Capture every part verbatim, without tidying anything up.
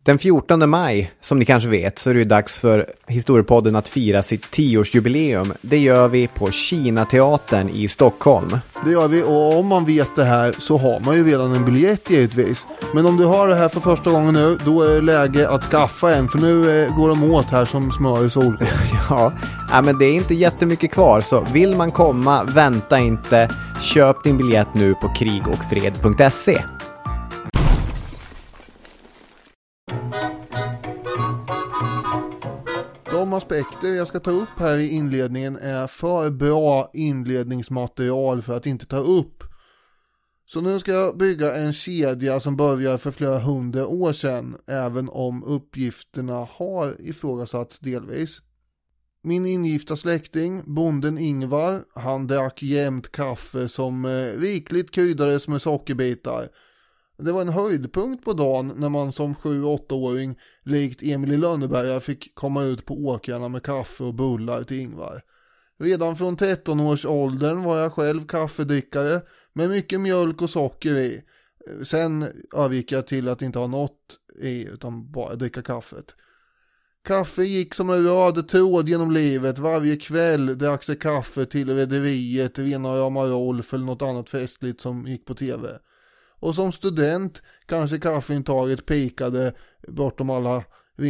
Den fjortonde maj, som ni kanske vet, så är det ju dags för Historiepodden att fira sitt tioårsjubileum. Det gör vi på Kinateatern i Stockholm. Det gör vi, och om man vet det här så har man ju redan en biljett givetvis. Men om du har det här för första gången nu, då är det läge att skaffa en, för nu eh, går de åt här som smör i solsken. Ja, ja, men det är inte jättemycket kvar, så vill man komma, vänta inte. Köp din biljett nu på krigogfred punkt se. De aspekter jag ska ta upp här i inledningen är för bra inledningsmaterial för att inte ta upp. Så nu ska jag bygga en kedja som börjar för flera hundra år sedan, även om uppgifterna har ifrågasatts delvis. Min ingifta släkting, bonden Ingvar, han drack jämt kaffe som eh, rikligt kryddades med sockerbitar. Det var en höjdpunkt på dagen när man som sju-åtta-åring likt Emil i Lönneberga fick komma ut på åkrarna med kaffe och bullar till Ingvar. Redan från tretton års åldern var jag själv kaffedrickare med mycket mjölk och socker i. Sen övergick jag till att inte ha något i utan bara dricka kaffet. Kaffe gick som en röd tråd genom livet. Varje kväll drack sig kaffe till rederiet, rena rama Rolf eller något annat festligt som gick på tv. Och som student kanske kaffeintaget pikade bortom alla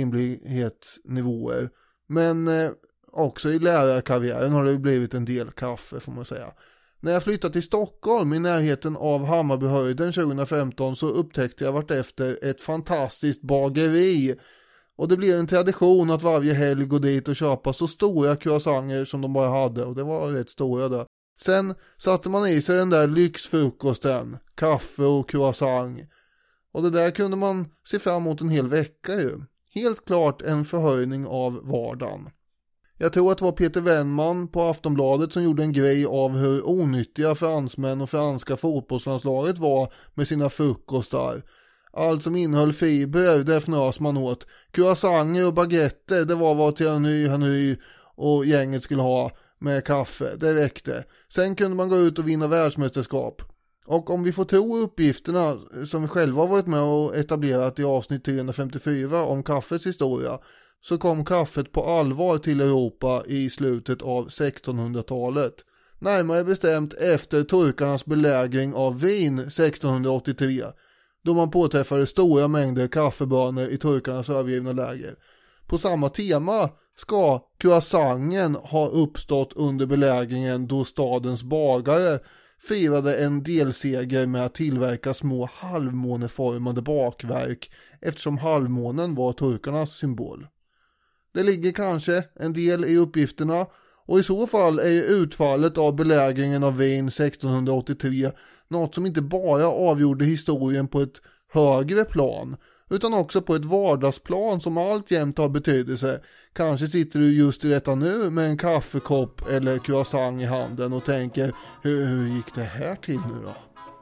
rimlighetsnivåer. Men eh, också i lärarkarriären har det blivit en del kaffe, får man säga. När jag flyttade till Stockholm i närheten av Hammarbyhöjden tjugohundrafemton så upptäckte jag vartefter ett fantastiskt bageri. Och det blev en tradition att varje helg gå dit och köpa så stora croissanter som de bara hade. Och det var rätt stora där. Sen satte man i sig den där lyxfrukosten, kaffe och croissant. Och det där kunde man se fram emot en hel vecka ju. Helt klart en förhöjning av vardagen. Jag tror att det var Peter Wennman på Aftonbladet som gjorde en grej av hur onyttiga fransmän och franska fotbollslandslaget var med sina frukostar. Allt som innehöll fiber, det fnös man åt. Croissanter och baguetter, det var vad Thierry Henry och gänget skulle ha med kaffe, det räckte. Sen kunde man gå ut och vinna världsmästerskap. Och om vi får tro uppgifterna som vi själva har varit med och etablerat i avsnitt trehundrafemtiofyra om kaffets historia, så kom kaffet på allvar till Europa i slutet av sextonhundratalet. Närmare bestämt efter turkarnas belägring av Wien sextonhundraåttiotre, då man påträffade stora mängder kaffebönor i turkarnas övergivna läger. På samma tema ska croissanten ha uppstått under belägringen då stadens bagare firade en delseger med att tillverka små halvmåneformade bakverk eftersom halvmånen var turkarnas symbol. Det ligger kanske en del i uppgifterna, och i så fall är ju utfallet av belägringen av Wien sextonhundraåttiotre något som inte bara avgjorde historien på ett högre plan utan också på ett vardagsplan som alltjämt har betydelse. Kanske sitter du just i detta nu med en kaffekopp eller croissant i handen och tänker, hur, hur gick det här till nu då?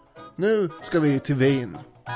Nu ska vi till Wien.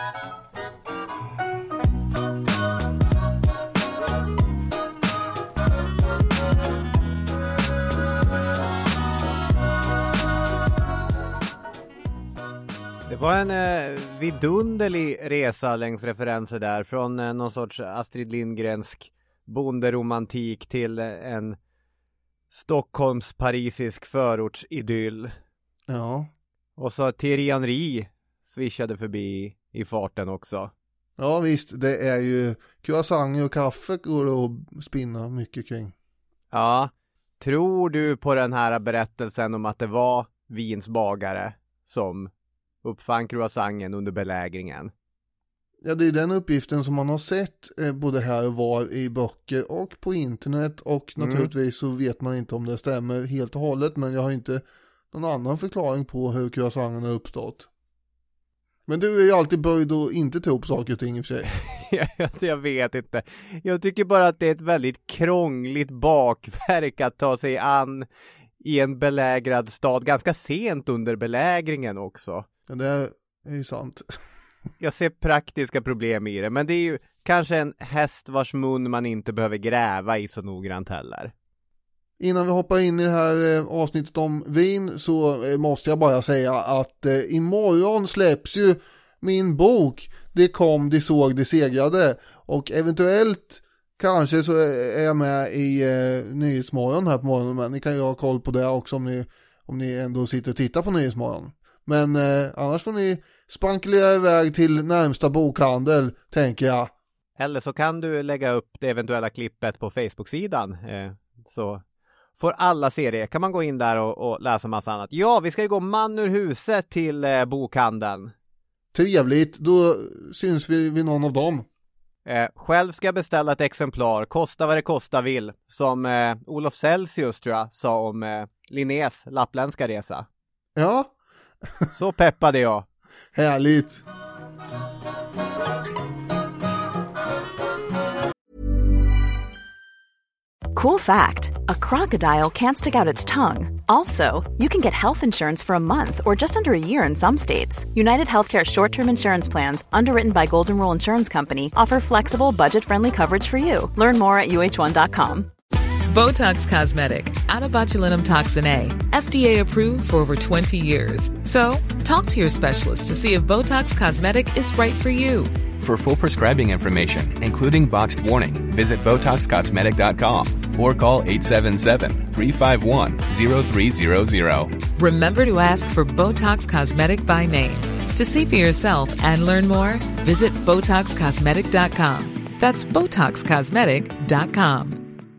Det var en eh, vidunderlig resa längs referenser där. Från eh, någon sorts Astrid Lindgrensk bonderomantik till eh, en Stockholms-parisisk förortsidyll. Ja. Och så Thierry Henry swishade förbi i farten också. Ja visst, det är ju croissant och kaffe går det att spinna mycket kring. Ja, tror du på den här berättelsen om att det var Wiens bagare som uppfann croissanten under belägringen? Ja, det är den uppgiften som man har sett eh, både här och var i böcker och på internet, och Mm. naturligtvis så vet man inte om det stämmer helt och hållet, men jag har inte någon annan förklaring på hur croissanten har uppstått. Men du är ju alltid böjd och inte ta upp saker och ting i och för sig. Jag vet inte. Jag tycker bara att det är ett väldigt krångligt bakverk att ta sig an i en belägrad stad ganska sent under belägringen också. Ja, det är ju sant. Jag ser praktiska problem i det, men det är ju kanske en häst vars mun man inte behöver gräva i så noggrant heller. Innan vi hoppar in i det här eh, avsnittet om Wien så eh, måste jag bara säga att eh, imorgon släpps ju min bok Det kom, de såg, de segrade. Och eventuellt kanske så är jag med i eh, Nyhetsmorgon här på morgonen. Men ni kan ju ha koll på det också om ni, om ni ändå sitter och tittar på Nyhetsmorgon. Men eh, annars får ni spankulera iväg till närmsta bokhandel, tänker jag. Eller så kan du lägga upp det eventuella klippet på Facebook-sidan. Eh, så får alla se det. Kan man gå in där och, och läsa massa annat. Ja, vi ska ju gå man ur huset till eh, bokhandeln. Trevligt, då syns vi vid någon av dem. Eh, själv ska jag beställa ett exemplar, kosta vad det kosta vill. Som eh, Olof Celsius tror jag sa om eh, Linnés lappländska resa. Ja. Så peppade jag. Härligt. Cool fact, a crocodile can't stick out its tongue. Also, you can get health insurance for a month or just under a year in some states. United Healthcare short-term insurance plans, underwritten by Golden Rule Insurance Company, offer flexible, budget-friendly coverage for you. Learn more at U H one dot com. Botox Cosmetic, out of botulinum toxin A, F D A approved for over twenty years. So, talk to your specialist to see if Botox Cosmetic is right for you. For full prescribing information, including boxed warning, visit Botox Cosmetic dot com or call eight seven seven, three five one, zero three zero zero. Remember to ask for Botox Cosmetic by name. To see for yourself and learn more, visit Botox Cosmetic dot com. That's Botox Cosmetic dot com.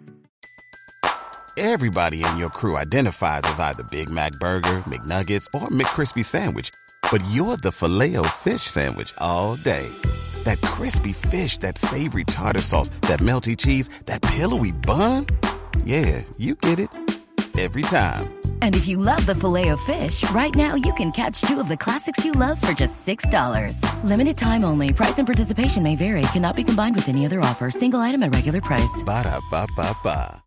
Everybody in your crew identifies as either Big Mac Burger, McNuggets, or McCrispy Sandwich. But you're the Filet-O-Fish Sandwich all day. That crispy fish, that savory tartar sauce, that melty cheese, that pillowy bun. Yeah, you get it. Every time. And if you love the Filet-O-Fish, right now you can catch two of the classics you love for just six dollars. Limited time only. Price and participation may vary. Cannot be combined with any other offer. Single item at regular price. Ba-da-ba-ba-ba.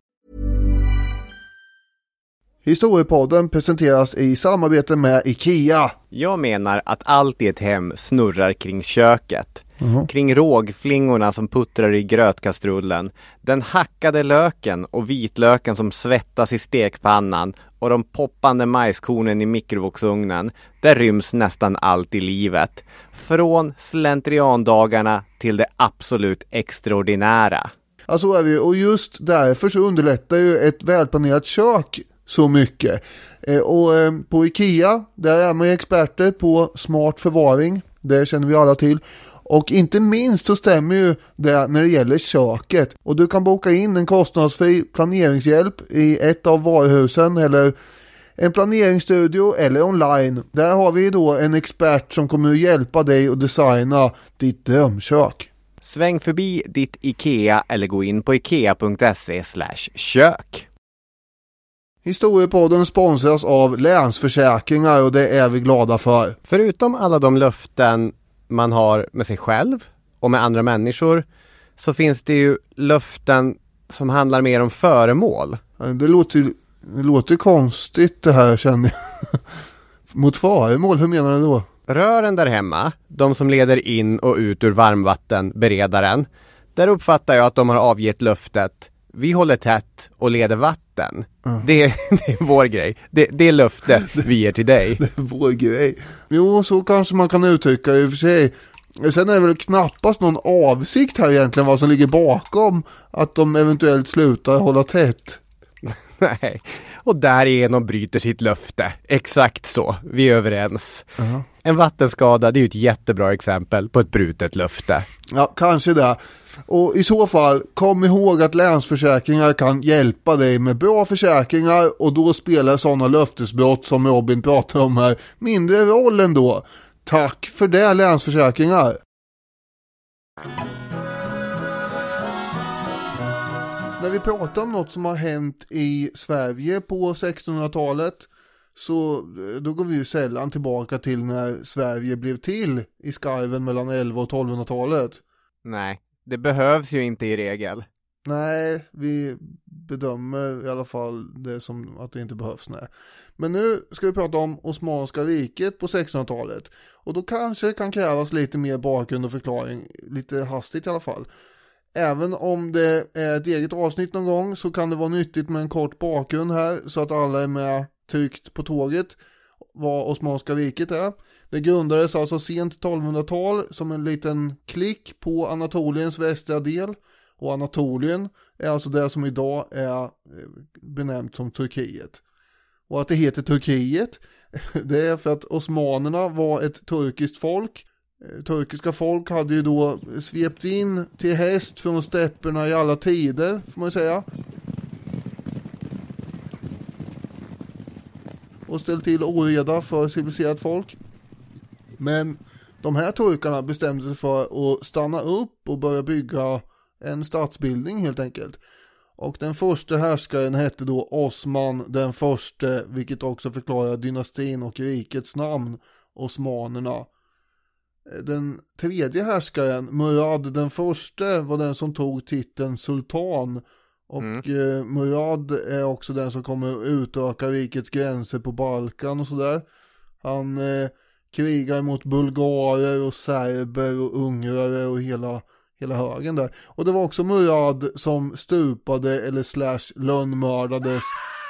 Historiepodden presenteras i samarbete med IKEA. Jag menar att allt i ett hem snurrar kring köket. Mm. Kring rågflingorna som puttrar i grötkastrullen, den hackade löken och vitlöken som svettas i stekpannan och de poppande majskornen i mikrovågsugnen. Där ryms nästan allt i livet. Från slentriandagarna till det absolut extraordinära. Ja, så är vi. Och just därför så underlättar ju ett välplanerat kök så mycket. Eh, och eh, på IKEA, där är man experter på smart förvaring. Det känner vi alla till. Och inte minst så stämmer ju det när det gäller köket. Och du kan boka in en kostnadsfri planeringshjälp i ett av varuhusen eller en planeringsstudio eller online. Där har vi då en expert som kommer att hjälpa dig att designa ditt drömkök. Sväng förbi ditt IKEA eller gå in på ikea punkt se slash kök. Historiepodden sponsras av Länsförsäkringar och det är vi glada för. Förutom alla de löften man har med sig själv och med andra människor så finns det ju löften som handlar mer om föremål. Det låter ju det låter konstigt det här, känner jag. Mot föremål, hur menar du då? Rören där hemma, de som leder in och ut ur varmvattenberedaren, där uppfattar jag att de har avgett löftet: vi håller tätt och leder vatten. Mm. Det, är, det är vår grej. Det, det är löfte vi ger till dig. Det är vår grej. Jo, så kanske man kan uttrycka i och för sig. Sen är det väl knappast någon avsikt här egentligen vad som ligger bakom att de eventuellt slutar hålla tätt. Nej, och därigenom bryter sitt löfte. Exakt så, vi är överens. Uh-huh. En vattenskada, det är ju ett jättebra exempel på ett brutet löfte. Ja, kanske det. Och i så fall, kom ihåg att Länsförsäkringar kan hjälpa dig med bra försäkringar och då spelar sådana löftesbrott som Robin pratar om här mindre roll ändå. Tack för det, Länsförsäkringar! När vi pratar om något som har hänt i Sverige på sextonhundratalet så då går vi ju sällan tillbaka till när Sverige blev till i skarven mellan elva och tolvhundratalet. Nej, det behövs ju inte i regel. Nej, vi bedömer i alla fall det som att det inte behövs. Nej. Men nu ska vi prata om Osmanska riket på sextonhundratalet. Och då kanske det kan krävas lite mer bakgrund och förklaring, lite hastigt i alla fall. Även om det är ett eget avsnitt någon gång så kan det vara nyttigt med en kort bakgrund här så att alla är med tryckt på tåget vad Osmanska riket är. Det grundades alltså sent tolvhundratal som en liten klick på Anatoliens västra del. Och Anatolien är alltså det som idag är benämnt som Turkiet. Och att det heter Turkiet, det är för att osmanerna var ett turkiskt folk. Turkiska folk hade ju då svept in till häst från stäpperna i alla tider, får man säga. Och ställt till oreda för civiliserat folk. Men de här turkarna bestämde sig för att stanna upp och börja bygga en statsbildning helt enkelt. Och den första härskaren hette då Osman den första, vilket också förklarar dynastin och rikets namn, osmanerna. Den tredje härskaren, Murad den första, var den som tog titeln sultan. Och mm. eh, Murad är också den som kommer utöka rikets gränser på Balkan och sådär. Han eh, krigar mot bulgarer och serber och ungrare och hela, hela högen där. Och det var också Murad som stupade eller slash lönnmördades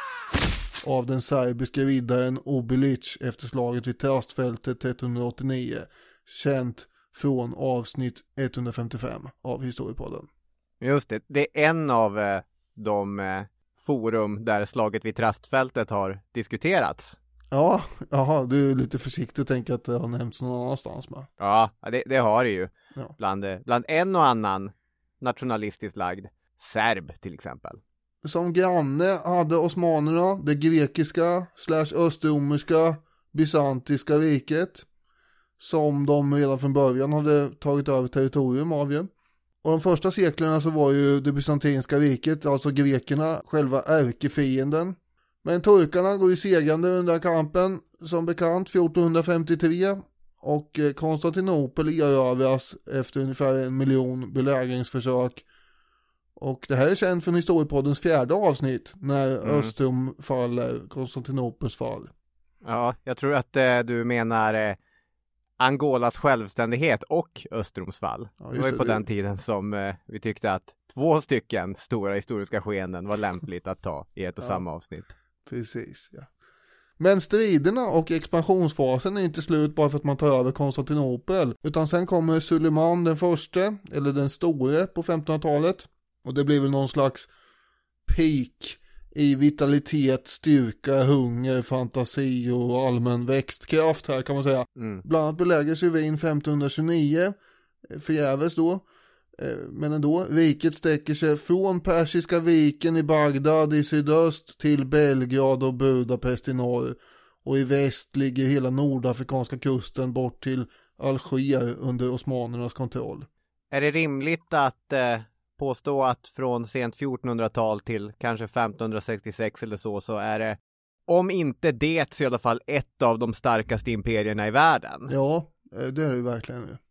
av den serbiska riddaren Obilic efter slaget vid Trastfältet trettonhundraåttionio. Känt från avsnitt etthundrafemtiofem av Historiepodden. Just det, det är en av eh, de eh, forum där slaget vid Trastfältet har diskuterats. Ja, jaha, du är lite försiktig att tänka att det har nämnts någon annanstans med. Ja, det, det har det ju. Ja. Bland, bland en och annan nationalistiskt lagd serb till exempel. Som granne hade osmanerna det grekiska slash östromerska bysantiska riket, som de redan från början hade tagit över territorium av ju. Och de första seklerna så var ju det bysantinska riket, alltså grekerna, själva ärkefienden. Men turkarna går ju segrande under kampen, som bekant, fjortonhundrafemtiotre. Och Konstantinopel erövras efter ungefär en miljon belägringsförsök. Och det här är känt från Historiepoddens fjärde avsnitt, när mm. Östrom faller, Konstantinopels fall. Ja, jag tror att eh, du menar eh, Angolas självständighet och Östroms fall. Ja, det var ju på det. Den tiden som eh, vi tyckte att två stycken stora historiska skeenden var lämpligt att ta i ett och ja. samma avsnitt. Precis, ja. Men striderna och expansionsfasen är inte slut bara för att man tar över Konstantinopel. Utan sen kommer Suleiman den första, eller den store på femtonhundratalet. Och det blir väl någon slags peak i vitalitet, styrka, hunger, fantasi och allmän växtkraft här kan man säga. Mm. Bland annat belägres ju Wien femtonhundratjugonio, förgäves då. Men ändå, riket sträcker sig från Persiska viken i Bagdad i sydöst till Belgrad och Budapest i norr. Och i väst ligger hela nordafrikanska kusten bort till Alger under osmanernas kontroll. Är det rimligt att eh, påstå att från sent fjortonhundratal till kanske femtonhundrasextiosex eller så, så är det, om inte det, så i alla fall ett av de starkaste imperierna i världen? Ja, det är det ju verkligen nu.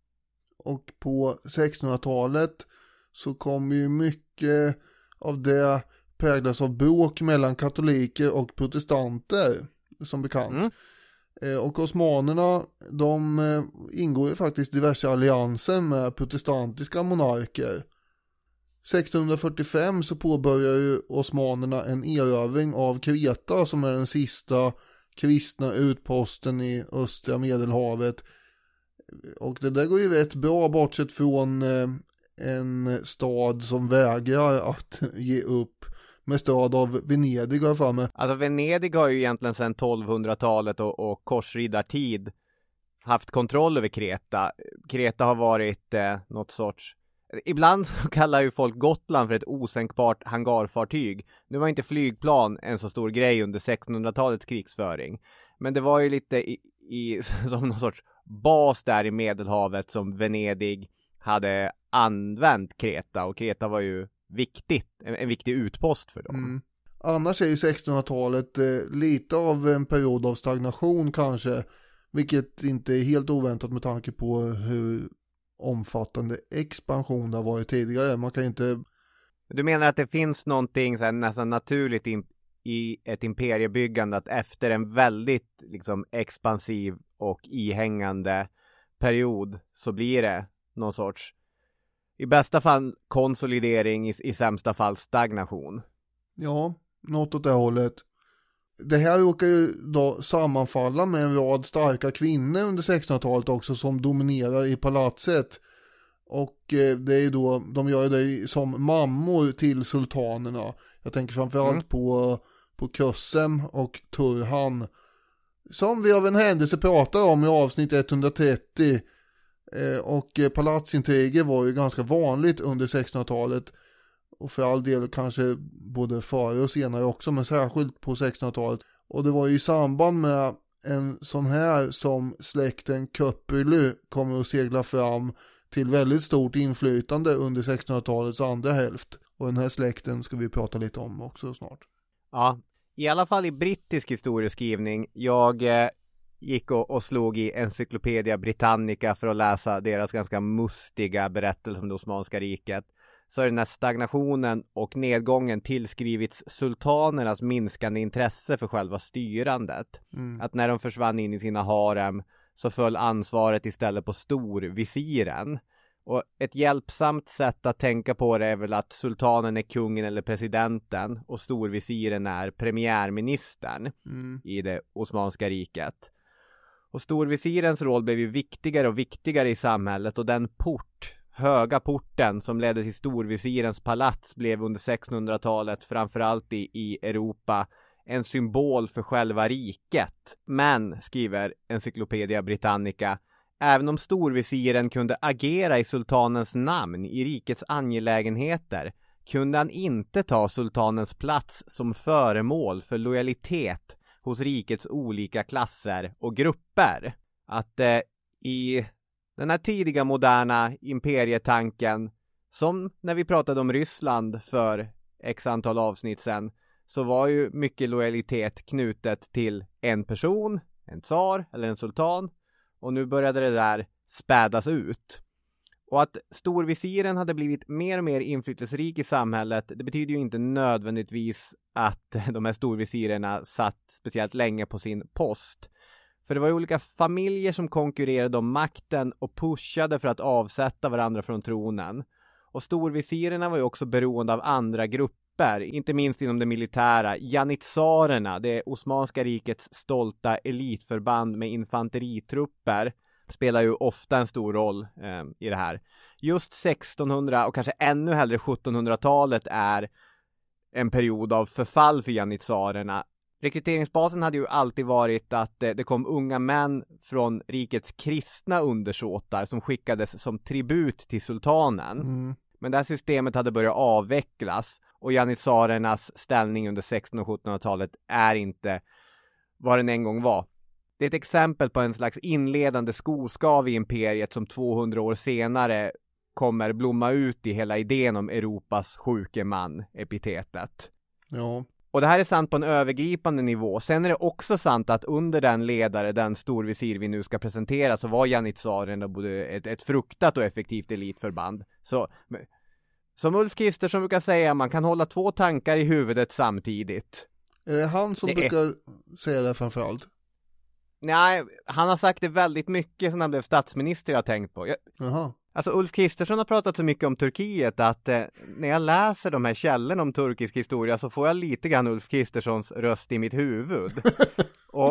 Och på sextonhundratalet så kom ju mycket av det präglas av bråk mellan katoliker och protestanter, som bekant. Mm. Och osmanerna, de ingår ju faktiskt diverse allianser med protestantiska monarker. sextonhundrafyrtiofem så påbörjar ju osmanerna en erövring av Kreta, som är den sista kristna utposten i östra Medelhavet. Och det där går ju rätt bra, bortsett från eh, en stad som vägrar att ge upp med stöd av Venedig, har jag för mig. Alltså Venedig har ju egentligen sedan tolvhundratalet och, och korsriddartid haft kontroll över Kreta. Kreta har varit eh, något sorts... Ibland så kallar ju folk Gotland för ett osänkbart hangarfartyg. Nu var inte flygplan en så stor grej under sextonhundratalets krigsföring. Men det var ju lite i, i, som någon sorts bas där i Medelhavet som Venedig hade använt Kreta. Och Kreta var ju viktigt, en, en viktig utpost för dem. Mm. Annars är ju sextonhundratalet eh, lite av en period av stagnation kanske. Vilket inte är helt oväntat med tanke på hur omfattande expansion det har varit tidigare. Man kan inte... Du menar att det finns någonting så här, nästan naturligt in, i ett imperiebyggande, att efter en väldigt liksom expansiv och ihängande period så blir det någon sorts, i bästa fall konsolidering, i, i sämsta fall stagnation. Ja, något åt det hållet. det här råkar ju då sammanfalla med en rad starka kvinnor under sextonhundratalet också som dominerar i palatset. Och eh, det är ju då, de gör det som mammor till sultanerna. Jag tänker framförallt mm. på, på Kösem och Turhan. Som vi av en händelse pratar om i avsnitt etthundratrettio. Eh, och eh, palatsintriger var ju ganska vanligt under sextonhundratalet. Och för all del kanske både före och senare också, men särskilt på sextonhundratalet. Och det var ju i samband med en sån här som släkten Köppely kommer att segla fram till väldigt stort inflytande under sextonhundratalets andra hälft. Och den här släkten ska vi prata lite om också snart. Ja, i alla fall i brittisk historieskrivning. Jag eh, gick och, och slog i Encyclopedia Britannica för att läsa deras ganska mustiga berättelse om det Osmanska riket. Så är den här stagnationen och nedgången tillskrivits sultanernas minskande intresse för själva styrandet. Mm. Att när de försvann in i sina harem så föll ansvaret istället på storvisiren. Och ett hjälpsamt sätt att tänka på det är väl att sultanen är kungen eller presidenten och storvisiren är premiärministern mm. i det Osmanska riket. Och storvisirens roll blev ju viktigare och viktigare i samhället, och den port, höga porten som ledde till storvisirens palats blev under sextonhundratalet framförallt i, i Europa en symbol för själva riket. Men, skriver Encyclopedia Britannica, även om storvisiren kunde agera i sultanens namn i rikets angelägenheter kunde han inte ta sultanens plats som föremål för lojalitet hos rikets olika klasser och grupper. Att eh, i den här tidiga moderna imperietanken, som när vi pratade om Ryssland för x antal avsnitt sedan, så var ju mycket lojalitet knutet till en person, en tsar eller en sultan. Och nu började det där spädas ut. Och att storvisiren hade blivit mer och mer inflytelserik i samhället, det betyder ju inte nödvändigtvis att de här storvisirerna satt speciellt länge på sin post. För det var ju olika familjer som konkurrerade om makten och pushade för att avsätta varandra från tronen. Och storvisirerna var ju också beroende av andra grupper, inte minst inom det militära. Janitsarerna, det Osmanska rikets stolta elitförband med infanteritrupper, spelar ju ofta en stor roll eh, i det här. Just sextonhundra och kanske ännu hellre sjuttonhundratalet är en period av förfall för janitsarerna. Rekryteringsbasen hade ju alltid varit att eh, det kom unga män från rikets kristna undersåtar som skickades som tribut till sultanen. Mm. Men det här systemet hade börjat avvecklas, och janitsarernas ställning under sexton- och sjuttonhundratalet är inte vad den en gång var. Det är ett exempel på en slags inledande skoskav i imperiet som tvåhundra år senare kommer blomma ut i hela idén om Europas sjuke man-epitetet. Ja. Och det här är sant på en övergripande nivå. Sen är det också sant att under den ledare, den storvisir vi nu ska presentera, så var janitsarerna både ett, ett fruktat och effektivt elitförband. Så som Ulf Kristersson brukar säga, man kan hålla två tankar i huvudet samtidigt. Är det han som det brukar är... säga det framförallt? Nej, han har sagt det väldigt mycket sedan han blev statsminister, jag har tänkt på. Jag... Jaha. Alltså Ulf Kristersson har pratat så mycket om Turkiet att eh, när jag läser de här källorna om turkisk historia så får jag lite grann Ulf Kristerssons röst i mitt huvud. och,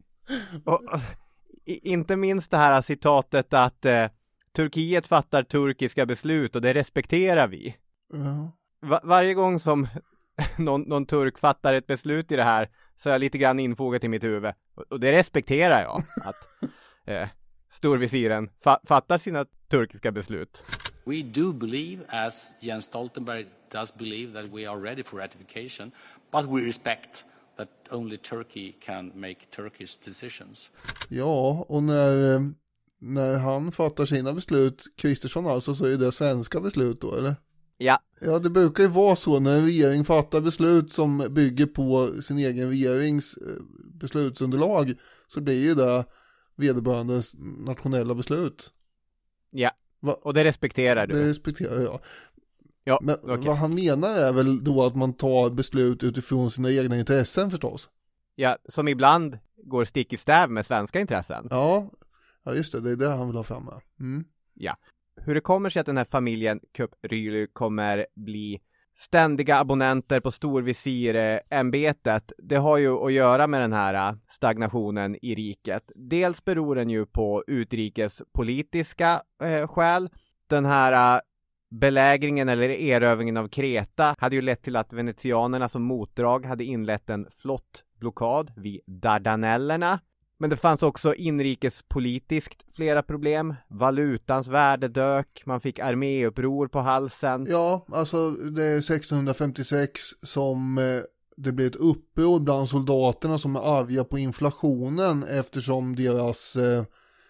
och, och i, inte minst det här citatet att eh, Turkiet fattar turkiska beslut och det respekterar vi. Uh-huh. Va- varje gång som någon, någon turk fattar ett beslut i det här så är jag lite grann infogat i mitt huvud. Och, och det respekterar jag. Att... Eh, storvisiren fa- fattar sina turkiska beslut. We do believe, as Jens Stoltenberg does believe, that we are ready for ratification, but we respect that only Turkey can make Turkish decisions. Ja, och när, när han fattar sina beslut, Kristersson alltså, så är det svenska beslut då, eller? Ja. Ja, det brukar ju vara så när en regering fattar beslut som bygger på sin egen regerings beslutsunderlag, så blir ju det vederbörandes nationella beslut. Ja, Va? Och det respekterar du. Det respekterar jag. Ja, men okay. Vad han menar är väl då att man tar beslut utifrån sina egna intressen förstås. Ja, som ibland går stick i stäv med svenska intressen. Ja, ja just det, det är det han vill ha fram med. Mm. Ja, hur det kommer sig att den här familjen Köppely kommer bli ständiga abonnenter på storvisir-ämbetet, det har ju att göra med den här stagnationen i riket. Dels beror den ju på utrikespolitiska eh, skäl. Den här belägringen eller erövringen av Kreta hade ju lett till att venetianerna som motdrag hade inlett en flottblockad vid Dardanellerna. Men det fanns också inrikespolitiskt flera problem. Valutans värde dök, man fick arméuppror på halsen. Ja, alltså det är sextonhundrafemtiosex som eh, det blev ett uppror bland soldaterna som är arga på inflationen eftersom deras eh,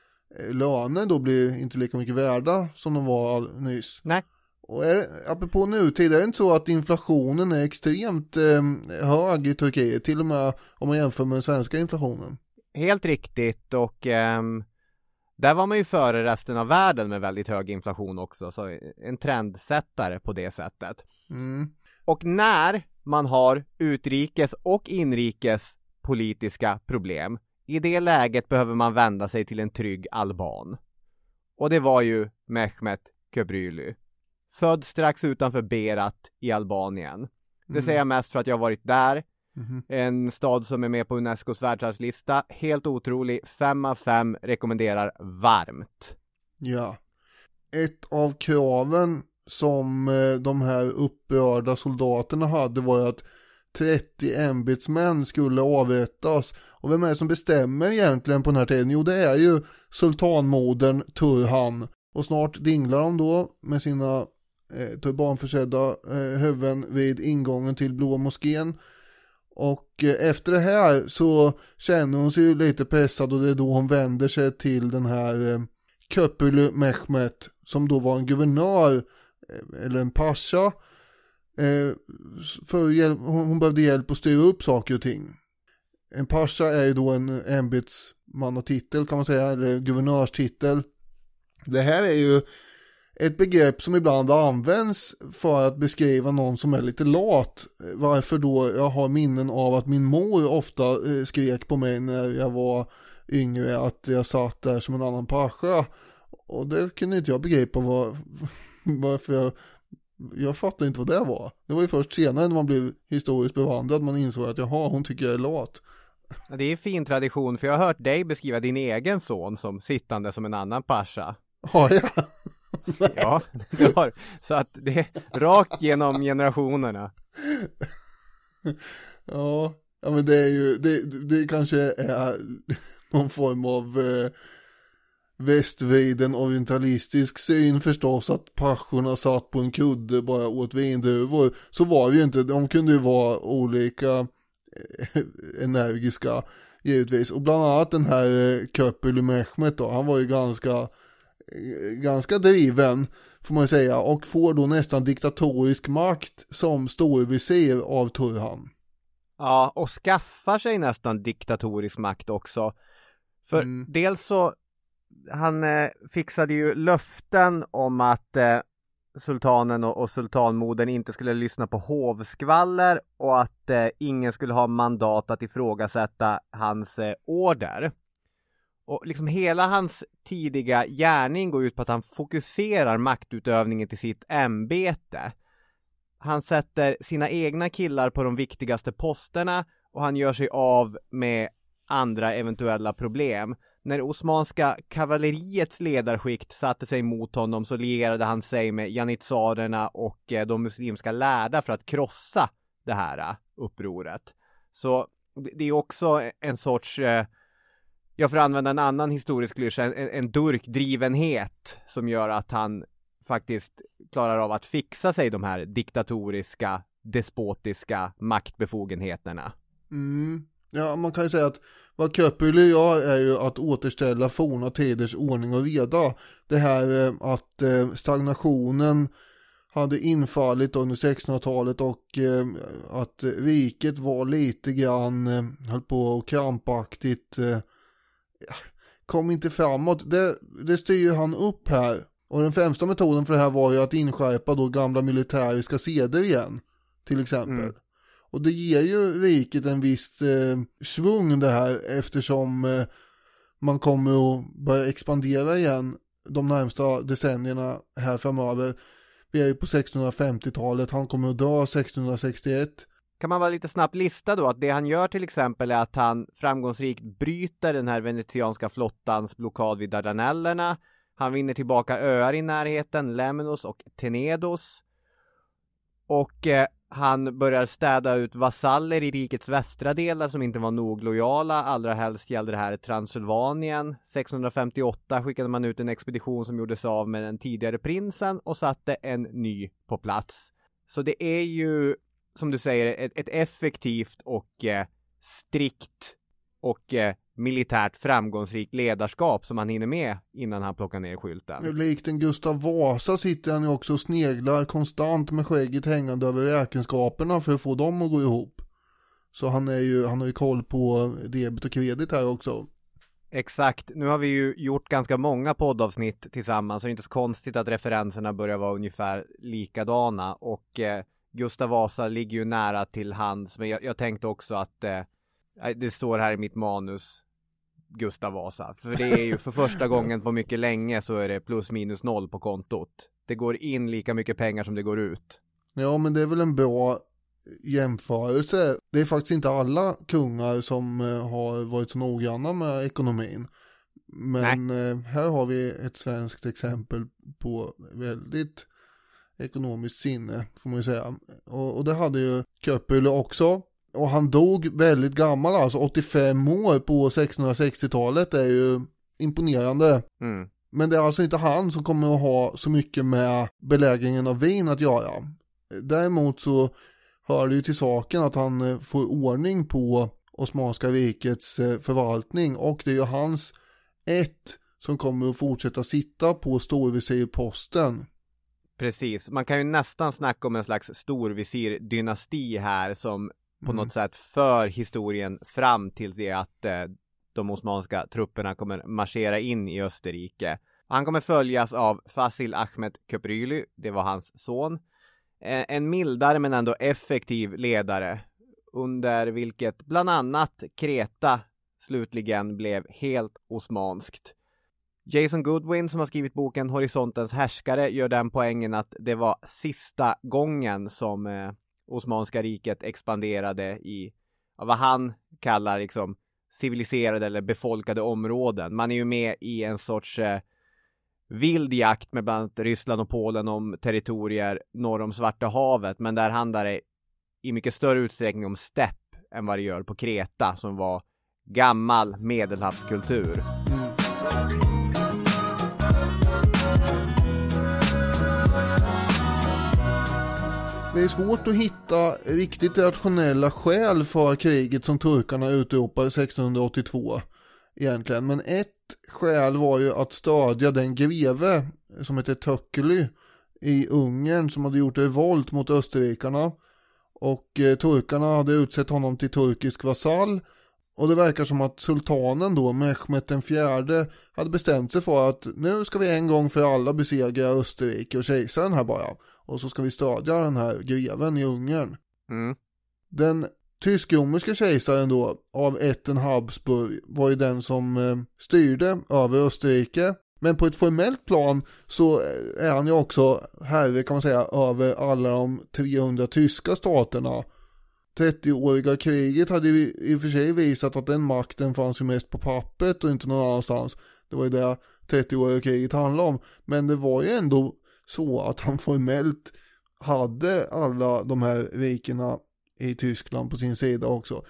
löner då blir inte lika mycket värda som de var nyss. Nej. Och är det, apropå nutid, är det inte så att inflationen är extremt eh, hög i Turkiet, till och med om man jämför med den svenska inflationen? Helt riktigt, och um, där var man ju före resten av världen med väldigt hög inflation också, så en trendsättare på det sättet. Mm. Och när man har utrikes och inrikes politiska problem, i det läget behöver man vända sig till en trygg alban. Och det var ju Mehmet Köprülü, född strax utanför Berat i Albanien. Det Mm. säger jag mest för att jag har varit där. Mm. En stad som är med på Unescos världsarvslista. Helt otrolig. Fem av fem rekommenderar varmt. Ja. Ett av kraven som eh, de här upprörda soldaterna hade var att trettio ämbetsmän skulle avrättas. Och vem är det som bestämmer egentligen på den här tiden? Jo, det är ju sultanmodern Turhan. Och snart dinglar de då med sina eh, turbanförsedda eh, huvuden vid ingången till Blå moskén. Och eh, efter det här så känner hon sig ju lite pressad, och det är då hon vänder sig till den här eh, Köprülü Mehmet, som då var en guvernör eh, eller en pasha. Eh, för hjälp, hon, hon behövde hjälp att styra upp saker och ting. En pasha är ju då en ämbetsmannatitel kan man säga, eller guvernörstitel. Det här är ju ett begrepp som ibland används för att beskriva någon som är lite lat. Varför då jag har minnen av att min mor ofta skrek på mig när jag var yngre att jag satt där som en annan pascha. Och det kunde inte jag begripa var, varför jag, jag fattar inte vad det var. Det var ju först senare när man blev historiskt bevandrad man insåg att jaha, hon tycker jag är lat. Det är en fin tradition, för jag har hört dig beskriva din egen son som sittande som en annan pascha. Har jag? Ja, det har. Så att det är rakt genom generationerna. Ja, ja men det är ju, det, det kanske är någon form av eh, västviden orientalistisk syn förstås, att pastorna satt på en kudde bara åt vindruvor. Så var det ju inte, de kunde ju vara olika eh, energiska givetvis. Och bland annat den här eh, Köprülü Mehmet då, han var ju ganska ganska driven får man säga, och får då nästan diktatorisk makt som storvisir av Turhan. Ja, och skaffar sig nästan diktatorisk makt också. För Mm. dels så han eh, fixade ju löften om att eh, sultanen och, och sultanmodern inte skulle lyssna på hovskvaller och att eh, ingen skulle ha mandat att ifrågasätta hans eh, order. Och liksom hela hans tidiga gärning går ut på att han fokuserar maktutövningen till sitt ämbete. Han sätter sina egna killar på de viktigaste posterna och han gör sig av med andra eventuella problem. När osmanska kavalleriets ledarskikt satte sig mot honom så lierade han sig med janitsarerna och de muslimska lärda för att krossa det här upproret. Så det är också en sorts... Jag får använda en annan historisk klyscha, en, en durkdrivenhet som gör att han faktiskt klarar av att fixa sig de här diktatoriska, despotiska maktbefogenheterna. Mm. Ja, man kan ju säga att vad Köprülü gör är ju att återställa forna tiders ordning och reda. Det här att stagnationen hade infallit under sextonhundratalet och att riket var lite grann, höll på och krampaktigt, kom inte framåt. Det, det styr han upp här. Och den främsta metoden för det här var ju att inskärpa då gamla militäriska seder igen, till exempel. Mm. Och det ger ju riket en viss eh, svung det här, eftersom eh, man kommer att börja expandera igen de närmsta decennierna här framöver. Vi är ju på sextonhundrafemtiotalet, han kommer att dö sextonhundrasextioett. Kan man vara lite snabbt lista då att det han gör till exempel är att han framgångsrikt bryter den här venetianska flottans blockad vid Dardanellerna. Han vinner tillbaka öar i närheten, Lemnos och Tenedos. Och eh, han börjar städa ut vasaller i rikets västra delar som inte var nog lojala. Allra helst gällde det här Transylvanien. sextonhundrafemtioåtta skickade man ut en expedition som gjorde sig av med den tidigare prinsen och satte en ny på plats. Så det är ju, som du säger, ett, ett effektivt och eh, strikt och eh, militärt framgångsrikt ledarskap som han hinner med innan han plockar ner skylten. Likt en Gustav Vasa sitter han ju också och sneglar konstant med skägget hängande över räkenskaperna för att få dem att gå ihop. Så han är ju, han har ju koll på debet och kredit här också. Exakt, nu har vi ju gjort ganska många poddavsnitt tillsammans så det är inte så konstigt att referenserna börjar vara ungefär likadana och eh, Gustav Vasa ligger ju nära till hands, men jag, jag tänkte också att eh, det står här i mitt manus Gustav Vasa, för det är ju för första gången på mycket länge så är det plus minus noll på kontot. Det går in lika mycket pengar som det går ut. Ja, men det är väl en bra jämförelse. Det är faktiskt inte alla kungar som har varit så noggranna med ekonomin. Men Nej. här har vi ett svenskt exempel på väldigt ekonomiskt sinne, får man ju säga. Och, och det hade ju Köpele också. Och han dog väldigt gammal, alltså åttiofem år på sextonhundrasextiotalet är ju imponerande. Mm. Men det är alltså inte han som kommer att ha så mycket med belägringen av Wien att göra. Däremot så hör det ju till saken att han får ordning på Osmanska rikets förvaltning och det är ju hans ett som kommer att fortsätta sitta på storvisirposten. Precis, man kan ju nästan snacka om en slags storvisir-dynasti här som på mm. något sätt för historien fram till det att eh, de osmanska trupperna kommer marschera in i Österrike. Han kommer följas av Fasil Ahmed Köprülü, det var hans son. Eh, en mildare men ändå effektiv ledare under vilket bland annat Kreta slutligen blev helt osmanskt. Jason Goodwin som har skrivit boken Horisontens härskare gör den poängen att det var sista gången som eh, Osmanska riket expanderade i vad han kallar liksom civiliserade eller befolkade områden. Man är ju med i en sorts eh, vild jakt med bland annat Ryssland och Polen om territorier norr om Svarta havet, men där handlar det i mycket större utsträckning om stepp än vad det gör på Kreta som var gammal medelhavskultur. Det är svårt att hitta riktigt rationella skäl för kriget som turkarna utropade sextonhundraåttiotvå egentligen. Men ett skäl var ju att stödja den greve som heter Tököly i Ungern som hade gjort revolt mot österrikarna. Och eh, turkarna hade utsett honom till turkisk vasall. Och det verkar som att sultanen då, Mehmed den fjärde, hade bestämt sig för att nu ska vi en gång för alla besegra Österrike och kejsaren här bara. Och så ska vi stödja den här greven i Ungern. Mm. Den tysk-romerska kejsaren då, av ätten Habsburg, var ju den som eh, styrde över Österrike. Men på ett formellt plan så är han ju också herre, kan man säga, över alla de trehundra tyska staterna. trettioåriga kriget hade ju i och för sig visat att den makten fanns ju mest på pappret och inte någon annanstans. Det var ju det trettioåriga kriget handlade om. Men det var ju ändå så att han formellt hade alla de här rikena i Tyskland på sin sida också.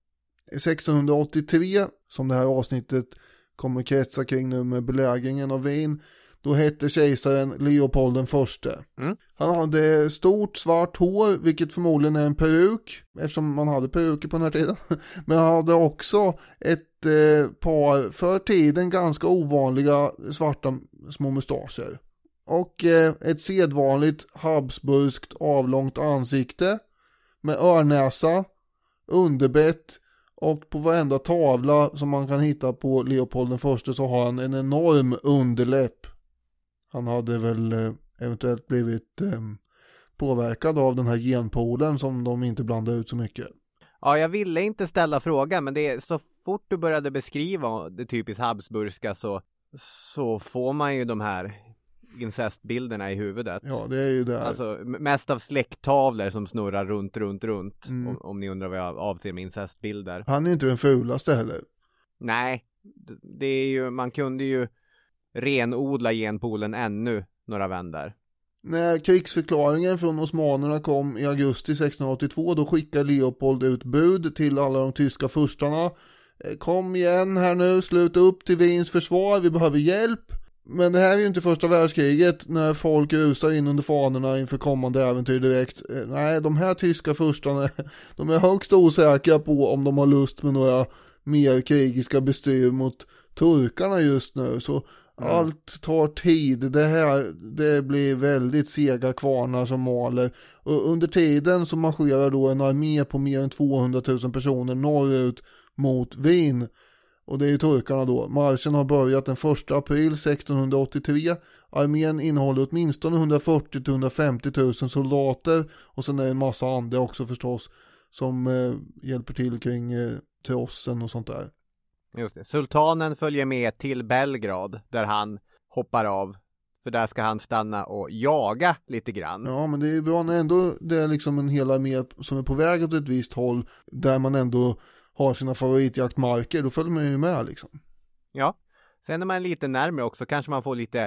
sextonhundraåttiotre, som det här avsnittet kommer kretsa kring nu med belägringen av Wien, då hette kejsaren Leopold den förste. Mm. Han hade stort svart hår, vilket förmodligen är en peruk, eftersom man hade peruker på den här tiden. Men han hade också ett eh, par för tiden ganska ovanliga svarta små mustascher. Och eh, ett sedvanligt habsburgskt avlångt ansikte med örnäsa, underbett, och på varenda tavla som man kan hitta på Leopold den förste så har han en enorm underläpp. Han hade väl eh, eventuellt blivit eh, påverkad av den här genpolen som de inte blandar ut så mycket. Ja, jag ville inte ställa frågan, men det är så fort du började beskriva det typiskt habsburgska så, så får man ju de här incestbilderna i huvudet. Ja, det är ju det. Alltså mest av släkttavlor som snurrar runt, runt, runt. Mm. Om, om ni undrar vad jag avser med incestbilder. Han är inte den fulaste heller. Nej, det är ju, man kunde ju renodla genpoolen ännu några vändor. När krigsförklaringen från osmanerna kom i augusti sextonhundraåttiotvå, då skickade Leopold ut bud till alla de tyska furstarna. Kom igen här nu, sluta upp till Wiens försvar, vi behöver hjälp. Men det här är ju inte första världskriget när folk rusar in under fanorna inför kommande äventyr direkt. Nej, de här tyska furstarna, de är högst osäkra på om de har lust med några mer krigiska bestyr mot turkarna just nu. Så mm. allt tar tid. Det här, det blir väldigt sega kvarnar som maler. Och under tiden så marscherar då en armé på mer än tvåhundratusen personer norrut mot Wien. Och det är ju turkarna då. Marschen har börjat den första april sextonhundraåttiotre. Armén innehåller åtminstone hundrafyrtio till hundrafemtio tusen soldater. Och sen är det en massa andra också förstås. Som eh, hjälper till kring eh, trossen och sånt där. Just det. Sultanen följer med till Belgrad. Där han hoppar av. För där ska han stanna och jaga lite grann. Ja, men det är ju bra när ändå det är liksom en hel armé som är på väg åt ett visst håll. Där man ändå har sina favoritjaktmarker, då följer man ju med liksom. Ja, sen är man lite närmare också, kanske man får lite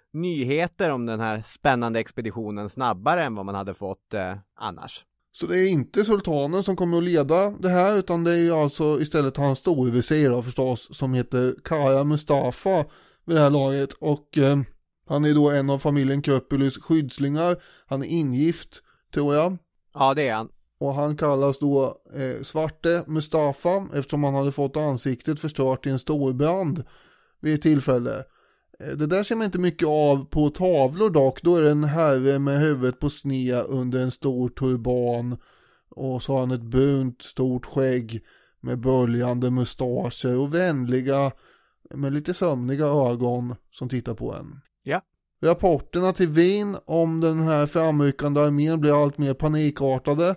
nyheter om den här spännande expeditionen snabbare än vad man hade fått eh, annars. Så det är inte sultanen som kommer att leda det här, utan det är ju alltså istället hans storvisir då förstås, som heter Kara Mustafa vid det här laget, och eh, han är då en av familjen Köpulys skyddslingar. Han är ingift, tror jag. Ja, det är han. Och han kallas då eh, Svarte Mustafa eftersom han hade fått ansiktet förstört i en stor brand vid ett tillfälle. Eh, det där ser man inte mycket av på tavlor dock. Då är det en herre med huvudet på sned under en stor turban. Och så har han ett brunt stort skägg med böljande mustascher och vänliga med lite sömniga ögon som tittar på en. Ja. Rapporterna till Wien om den här framryckande armén blir allt mer panikartade.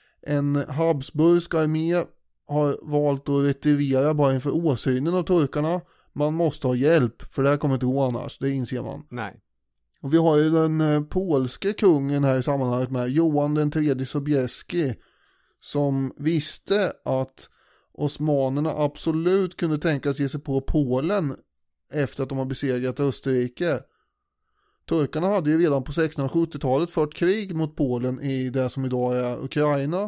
En Habsburgsk armé har valt att retirera bara inför åsynen av turkarna. Man måste ha hjälp, för det här kommer inte gå annars, det inser man. Nej. Och vi har ju den eh, polske kungen här i sammanhanget med Johan den tredje Sobieski, som visste att osmanerna absolut kunde tänkas ge sig på Polen efter att de har besegrat Österrike. Turkarna hade ju redan på sextonhundrasjuttiotalet fört krig mot Polen i det som idag är Ukraina.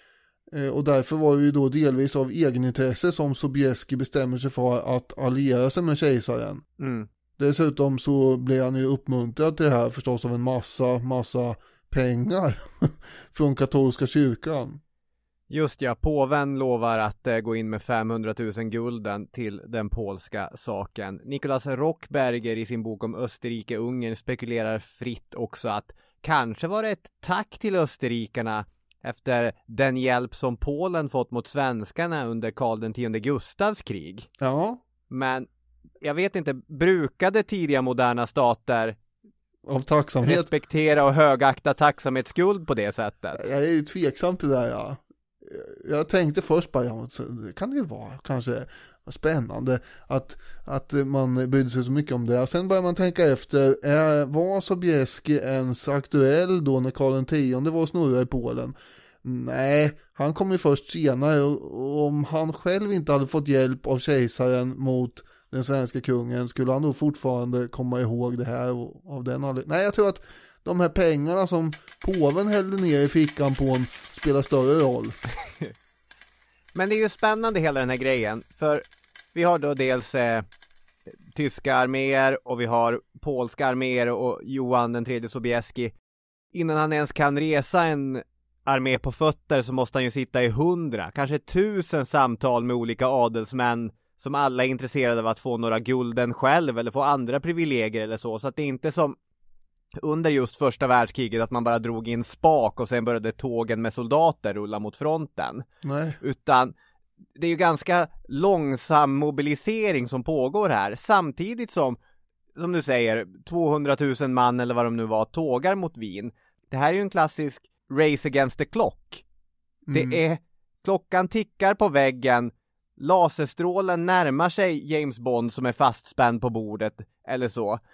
Eh, och därför var det ju då delvis av egenintresse som Sobieski bestämmer sig för att alliera sig med kejsaren. Mm. Dessutom så blev han ju uppmuntrad till det här förstås av en massa, massa pengar från katolska kyrkan. Just ja, påven lovar att eh, gå in med femhundratusen gulden till den polska saken. Nikolaus Rockberger i sin bok om Österrike-Ungern spekulerar fritt också att kanske var det ett tack till österrikarna efter den hjälp som Polen fått mot svenskarna under Karl den tionde Gustavs krig. Ja. Men jag vet inte, brukade tidiga moderna stater av tacksamhet respektera och högakta tacksamhetsskuld på det sättet? Jag är ju tveksam till det där, ja. Jag tänkte först bara, ja, det kan det ju vara kanske spännande att, att man brydde sig så mycket om det. Sen börjar man tänka efter, är, var Sobieski ens aktuell då när Karl den tionde var snurra i Polen? Nej, han kom ju först senare, och om han själv inte hade fått hjälp av kejsaren mot den svenska kungen, skulle han då fortfarande komma ihåg det här av den anledningen? Nej, jag tror att de här pengarna som påven hällde ner i fickan på en spelar större roll. Men det är ju spännande hela den här grejen, för vi har då dels eh, tyska arméer och vi har polska arméer, och Johan den tredje Sobieski, innan han ens kan resa en armé på fötter så måste han ju sitta i hundra, kanske tusen samtal med olika adelsmän som alla är intresserade av att få några gulden själv eller få andra privilegier eller så. Så att det är inte som under just första världskriget att man bara drog in spak och sen började tågen med soldater rulla mot fronten. Nej. Utan det är ju ganska långsam mobilisering som pågår här, samtidigt som, som du säger, tvåhundratusen man eller vad de nu var tågar mot Wien. Det här är ju en klassisk race against the clock. Mm. Det är, klockan tickar på väggen, laserstrålen närmar sig James Bond som är fastspänd på bordet eller så.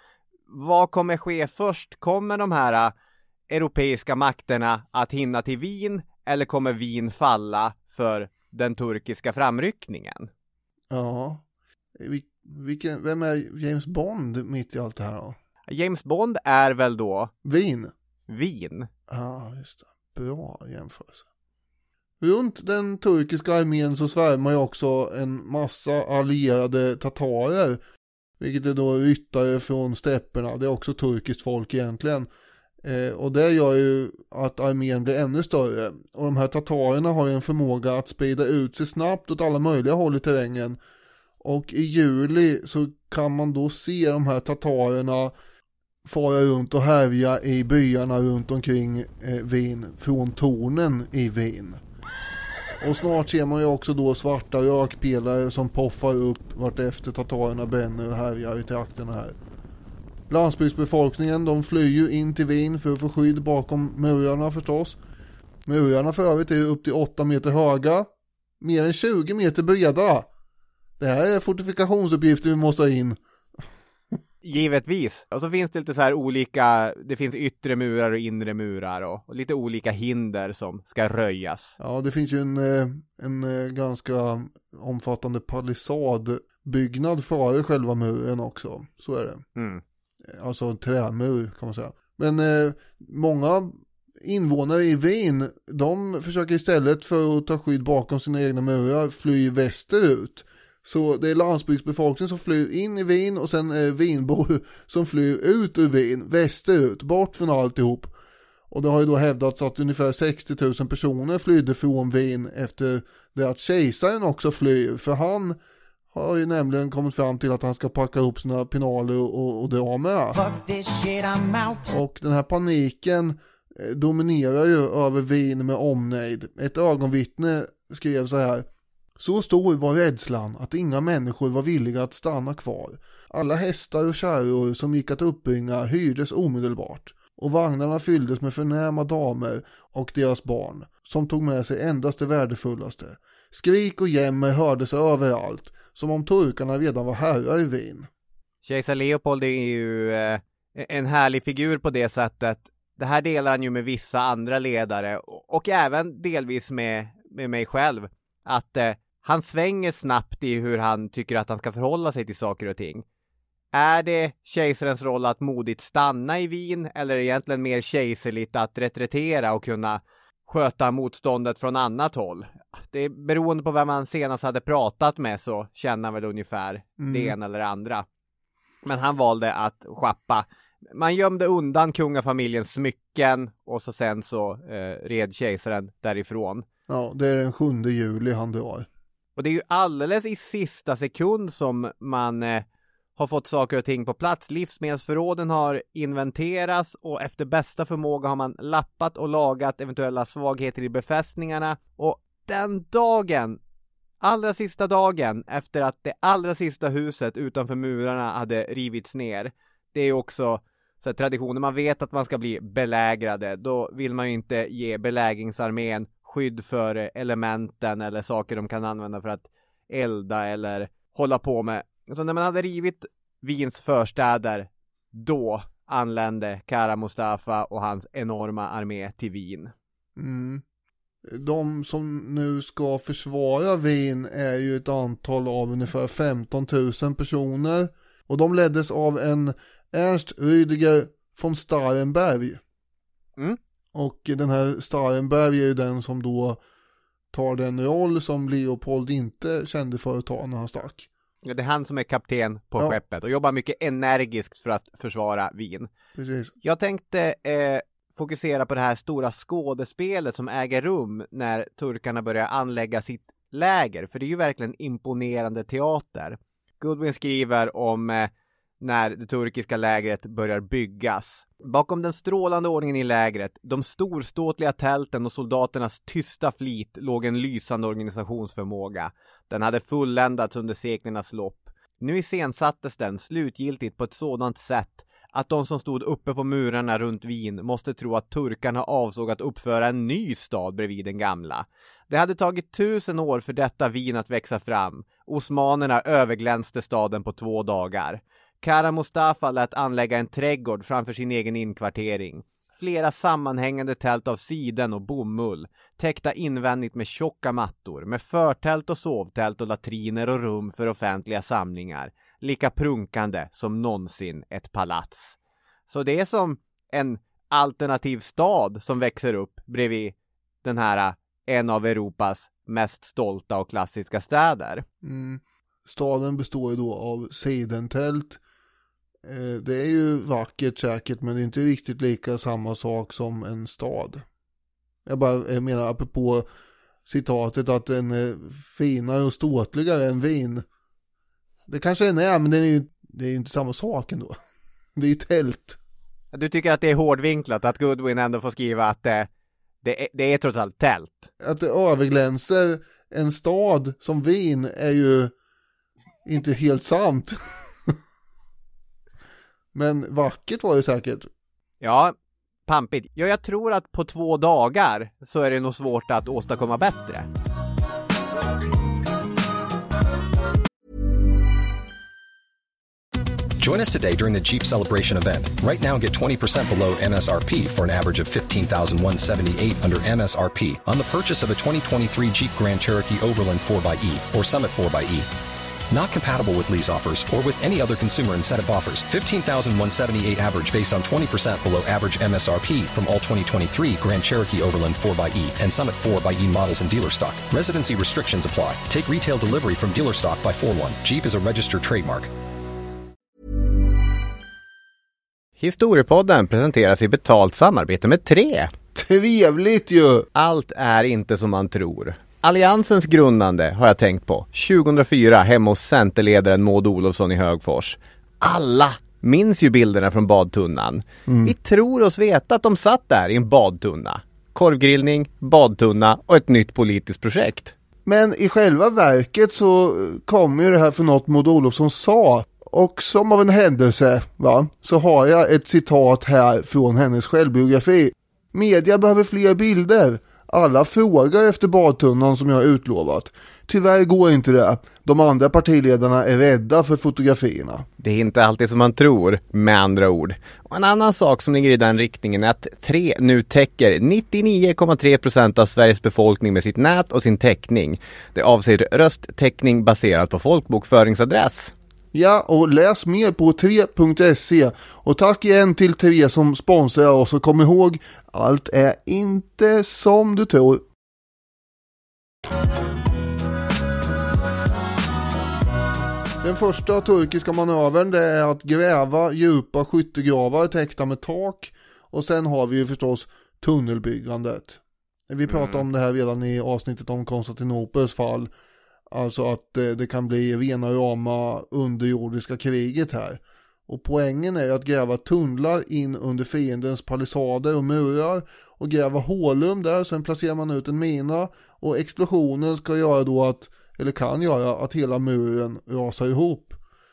vad kommer ske först? Kommer de här europeiska makterna att hinna till Wien, eller kommer Wien falla för den turkiska framryckningen? Ja, Vil- vilken, vem är James Bond mitt i allt det här då? James Bond är väl då Wien? Wien. Ja, just det. Bra jämförelse. Runt den turkiska armén så svärmar ju också en massa allierade tatarer, vilket är då ryttare från stäpperna. Det är också turkiskt folk egentligen. Eh, och det gör ju att armén blir ännu större. Och de här tatarerna har ju en förmåga att sprida ut sig snabbt åt alla möjliga håll i terrängen. Och i juli så kan man då se de här tatarerna fara runt och härja i byarna runt omkring eh, Wien, från tornen i Wien. Och snart ser man ju också då svarta rökpelare som poffar upp vart efter tatarerna bränner och härjar i trakterna här. Landsbygdsbefolkningen, de flyr ju in till Wien för att få skydd bakom murarna förstås. Murarna för övrigt är upp till åtta meter höga, mer än tjugo meter breda. Det här är fortifikationsuppgifter vi måste ha in. Givetvis. Och så finns det lite så här olika, det finns yttre murar och inre murar och, och lite olika hinder som ska röjas. Ja, det finns ju en, en ganska omfattande palissadbyggnad före själva muren också. Så är det. Mm. Alltså en trämur kan man säga. Men eh, många invånare i Wien, de försöker istället för att ta skydd bakom sina egna murar fly västerut. Så det är landsbygdsbefolkningen som flyr in i Wien och sen är Wienbor som flyr ut ur Wien, västerut, bort från alltihop. Och det har ju då hävdats att ungefär sextio tusen personer flydde från Wien efter det att kejsaren också flyr. För han har ju nämligen kommit fram till att han ska packa ihop sina pinaler och, och dra med. Och den här paniken dominerar ju över Wien med omnejd. Ett ögonvittne skrev så här: så stor var rädslan att inga människor var villiga att stanna kvar. Alla hästar och kärror som gick att uppbringa hyrdes omedelbart. Och vagnarna fylldes med förnäma damer och deras barn, som tog med sig endast det värdefullaste. Skrik och jämmer hördes överallt, som om turkarna redan var herrar i Wien. Kejsar Leopold är ju eh, en härlig figur på det sättet. Det här delar han ju med vissa andra ledare och, och även delvis med, med mig själv. Att eh, han svänger snabbt i hur han tycker att han ska förhålla sig till saker och ting. Är det kejsarens roll att modigt stanna i Wien, eller är det egentligen mer kejserligt att reträttera och kunna sköta motståndet från annat håll? Det är beroende på vem man senast hade pratat med, så känner han väl ungefär mm. det ena eller det andra. Men han valde att schappa. Man gömde undan kungafamiljens smycken och så sen så eh, red kejsaren därifrån. Ja, det är den sjunde juli han drar. Och det är ju alldeles i sista sekund som man eh, har fått saker och ting på plats. Livsmedelsförråden har inventerats och efter bästa förmåga har man lappat och lagat eventuella svagheter i befästningarna. Och den dagen, allra sista dagen efter att det allra sista huset utanför murarna hade rivits ner. Det är också så här, traditioner. Man vet att man ska bli belägrade. Då vill man ju inte ge belägringsarmén skydd för elementen eller saker de kan använda för att elda eller hålla på med. Så när man hade rivit Wiens förstäder, då anlände Kara Mustafa och hans enorma armé till Wien. Mm. De som nu ska försvara Wien är ju ett antal av ungefär femton tusen personer. Och de leddes av en Ernst Rüdiger von Starrenberg. Mm. Och den här Starrenberg är ju den som då tar den roll som Leopold inte kände för att ta när han stack. Ja, det är han som är kapten på ja. skeppet och jobbar mycket energiskt för att försvara Wien. Precis. Jag tänkte eh, fokusera på det här stora skådespelet som äger rum när turkarna börjar anlägga sitt läger. För det är ju verkligen imponerande teater. Goodwin skriver om eh, när det turkiska lägret börjar byggas. Bakom den strålande ordningen i lägret, de storståtliga tälten och soldaternas tysta flit låg en lysande organisationsförmåga. Den hade fulländats under seklernas lopp. Nu iscensattes den slutgiltigt på ett sådant sätt att de som stod uppe på murarna runt Wien måste tro att turkarna avsåg att uppföra en ny stad bredvid den gamla. Det hade tagit tusen år för detta Wien att växa fram. Osmanerna överglänste staden på två dagar. Kara Mustafa lät anlägga en trädgård framför sin egen inkvartering. Flera sammanhängande tält av siden och bomull, täckta invändigt med tjocka mattor, med förtält och sovtält och latriner och rum för offentliga samlingar, lika prunkande som någonsin ett palats. Så det är som en alternativ stad som växer upp bredvid den här, en av Europas mest stolta och klassiska städer. Mm. Staden består ju då av sidentält. Eh, det är ju vackert säkert, men det är inte riktigt lika samma sak som en stad. Jag bara jag menar apropå citatet att den är finare och ståtligare än Wien. Det kanske den är, men det är ju det är ju inte samma sak ändå. Det är ju tält. Du tycker att det är hårdvinklat att Goodwin ändå får skriva att det, det, är, det är trots allt tält. Att det överglänser en stad som Wien är ju inte helt sant. Men vackert var det säkert. Ja, pampigt. Ja, jag tror att på två dagar så är det nog svårt att åstadkomma bättre. Join us today during the Jeep Celebration event. Right now, get twenty percent below M S R P for an average of fifteen thousand one hundred seventy-eight dollars under M S R P on the purchase of a twenty twenty-three Jeep Grand Cherokee Overland four by E or Summit four by E. Not compatible with lease offers or with any other consumer incentive offers. fifteen thousand one hundred seventy-eight dollars average based on twenty percent below average M S R P from all twenty twenty-three Grand Cherokee Overland four by E and Summit four by E models in dealer stock. Residency restrictions apply. Take retail delivery from dealer stock by four one. Jeep is a registered trademark. Historiepodden presenteras i betalt samarbete med Tre. Trevligt ju! Allt är inte som man tror. Alliansens grundande har jag tänkt på. tjugohundrafyra hemma hos centerledaren Maud Olofsson i Högfors. Alla minns ju bilderna från badtunnan. Mm. Vi tror oss veta att de satt där i en badtunna. Korvgrillning, badtunna och ett nytt politiskt projekt. Men i själva verket så kommer ju det här från något Maud Olofsson sa. Och som av en händelse, va, så har jag ett citat här från hennes självbiografi. Media behöver fler bilder. Alla frågar efter badtunnan som jag har utlovat. Tyvärr går inte det. De andra partiledarna är rädda för fotografierna. Det är inte alltid som man tror, med andra ord. Och en annan sak som ligger i den riktningen är att Tre nu täcker nittionio komma tre procent av Sveriges befolkning med sitt nät och sin täckning. Det avser rösttäckning baserat på folkbokföringsadress. Ja, och läs mer på tre punkt se. Och tack igen till Tre som sponsrar oss, och kom ihåg, allt är inte som du tror. Den första turkiska manövern, det är att gräva djupa skyttegravar täckta med tak. Och sen har vi ju förstås tunnelbyggandet. Vi pratade mm. om det här redan i avsnittet om Konstantinopels fall. Alltså att det, det kan bli rena rama underjordiska kriget här. Och poängen är att gräva tunnlar in under fiendens palissader och murar. Och gräva hålrum där, sen placerar man ut en mina. Och explosionen ska göra då att, eller kan göra, att hela muren rasar ihop.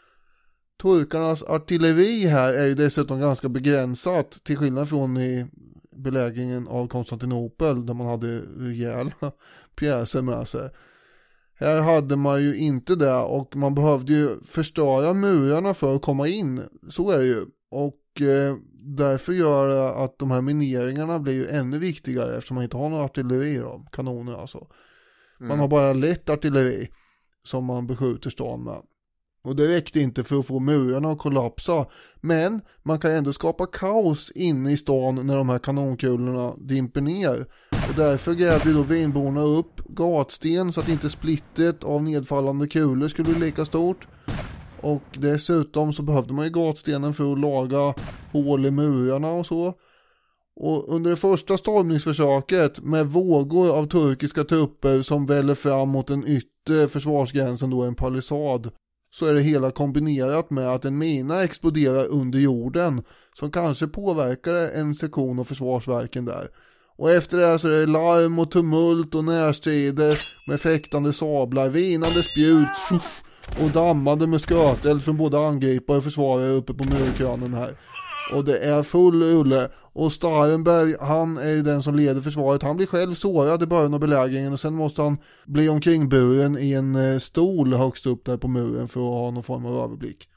Turkarnas artilleri här är ju dessutom ganska begränsat. Till skillnad från i belägringen av Konstantinopel, där man hade rejäla pjäser med sig. Här hade man ju inte det, och man behövde ju förstöra murarna för att komma in. Så är det ju. Och eh, därför gör det att de här mineringarna blir ju ännu viktigare, eftersom man inte har några artilleri då, kanoner alltså. Man mm. har bara lätt artilleri som man beskjuter stan med. Och det räckte inte för att få murarna att kollapsa. Men man kan ändå skapa kaos inne i stan när de här kanonkulorna dimper ner. Och därför grävde då vinborna upp gatsten så att inte splittet av nedfallande kulor skulle bli lika stort. Och dessutom så behövde man ju gatstenen för att laga hål i murarna och så. Och under det första stormningsförsöket med vågor av turkiska trupper som väller fram mot den yttre försvarsgränsen, då en palissad, så är det hela kombinerat med att en mina exploderar under jorden som kanske påverkar en sektion av försvarsverken där. Och efter det så är det larm och tumult och närstrider med fäktande sablar, vinande spjut tjoff, och dammande muskateld från både angripare och försvarare uppe på murkranen här. Och det är full rulle. Och Starenberg, han är ju den som leder försvaret. Han blir själv sårad i början av belägringen, och sen måste han bli omkringburen i en stol högst upp där på muren för att ha någon form av överblick.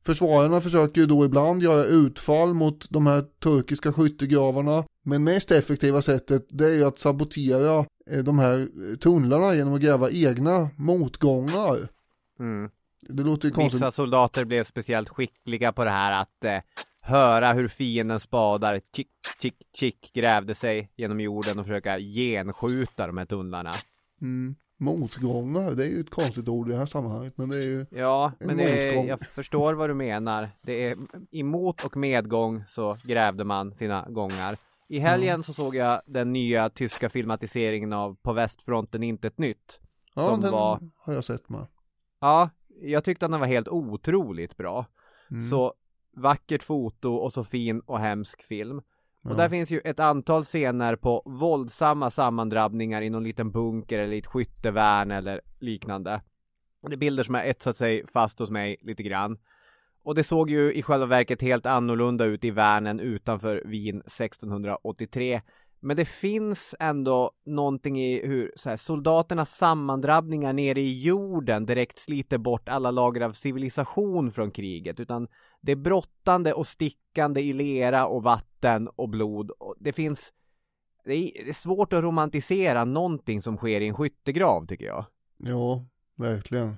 Försvararna försöker ju då ibland göra utfall mot de här turkiska skyttegravarna. Men mest effektiva sättet det är ju att sabotera de här tunnlarna genom att gräva egna motgångar. Mm. Det låter ju konstigt. Vissa soldater blev speciellt skickliga på det här att eh, höra hur fiendens spadar chick, chick, chick grävde sig genom jorden och försöka genskjuta de här tunnlarna. Mm. Motgångar, det är ju ett konstigt ord i det här sammanhanget, men det är ju ja, men det är, jag förstår vad du menar. Det är emot och medgång så grävde man sina gångar. I helgen mm. så såg jag den nya tyska filmatiseringen av På västfronten inte ett nytt. Ja, som den var... har jag sett med. Ja, jag tyckte att den var helt otroligt bra. Mm. Så vackert foto och så fin och hemsk film. Och ja. där finns ju ett antal scener på våldsamma sammandrabbningar i någon liten bunker eller i ett skyttevärn eller liknande. Det är bilder som har etsat sig fast hos mig lite grann. Och det såg ju i själva verket helt annorlunda ut i värnen utanför Wien sextonhundraåttiotre. Men det finns ändå någonting i hur så här, soldaternas sammandrabbningar nere i jorden direkt sliter bort alla lager av civilisation från kriget. Utan det är brottande och stickande i lera och vatten och blod. Och det finns... Det är, det är svårt att romantisera någonting som sker i en skyttegrav, tycker jag. Ja, verkligen.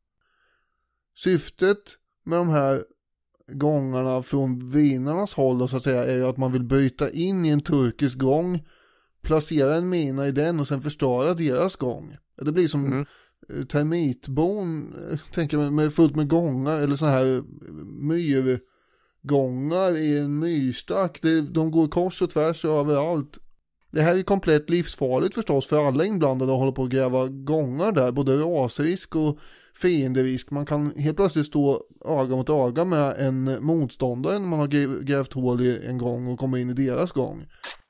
Syftet med de här gångarna från vinarnas håll så att säga är ju att man vill byta in i en turkisk gång, placera en mina i den och sen förstöra deras gång. Det blir som mm. termitbon, tänker jag, med fullt med gångar eller så här myrgångar i en myrstack. Det, de går kors och tvärs överallt. Det här är komplett livsfarligt förstås för alla inblandade att hålla på att gräva gångar där, både rasrisk och fienderisk. Man kan helt plötsligt stå öga mot öga med en motståndare när man har grävt hål i en gång och kommer in i deras gång.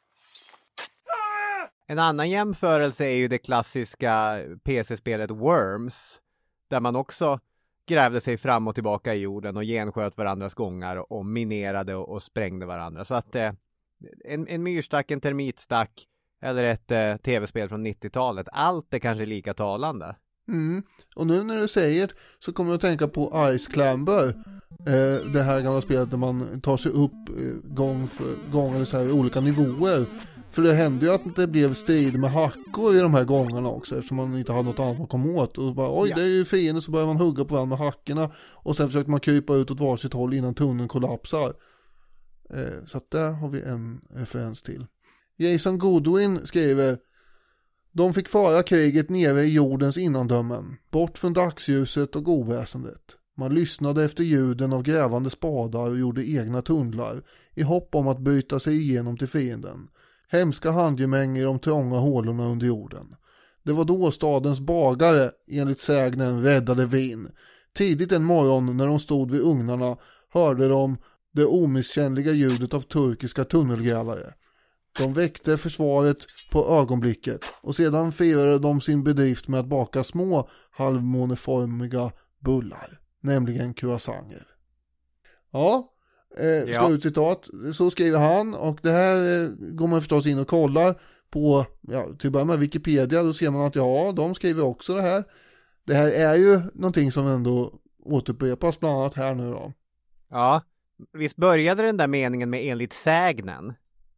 En annan jämförelse är ju det klassiska P C-spelet Worms, där man också grävde sig fram och tillbaka i jorden och gensköt varandras gångar och minerade och, och sprängde varandra. Så att eh, en, en myrstack, en termitstack eller ett eh, tv-spel från nittiotalet, allt är kanske lika talande. Mm. Och nu när du säger det så kommer jag att tänka på Ice Climber, eh, det här gamla spelet där man tar sig upp eh, gång för gång eller så här olika nivåer. För det hände ju att det blev strid med hackor i de här gångerna också, eftersom man inte hade något annat att komma åt. Och bara, oj, ja. Det är ju fienden, så börjar man hugga på varandra med hackorna. Och sen försöker man krypa ut åt varsitt håll innan tunneln kollapsar. Eh, så att där har vi en referens till. Jason Goodwin skriver: de fick föra kriget nere i jordens innandömen, bort från dagsljuset och oväsendet. Man lyssnade efter ljuden av grävande spadar och gjorde egna tunnlar, i hopp om att byta sig igenom till fienden. Hemska handgemäng i de trånga hålorna under jorden. Det var då stadens bagare, enligt sägnen, räddade Wien. Tidigt en morgon när de stod vid ugnarna hörde de det omisskännliga ljudet av turkiska tunnelgrävare. De väckte försvaret på ögonblicket och sedan firade de sin bedrift med att baka små halvmåneformiga bullar, nämligen croissanter. Ja, eh, ja. Slutcitat. Så skriver han, och det här eh, går man förstås in och kollar på, ja, till att börja med Wikipedia, då ser man att ja, de skriver också det här. Det här är ju någonting som ändå återupprepas bland annat här nu då. Ja, visst började den där meningen med enligt sägnen?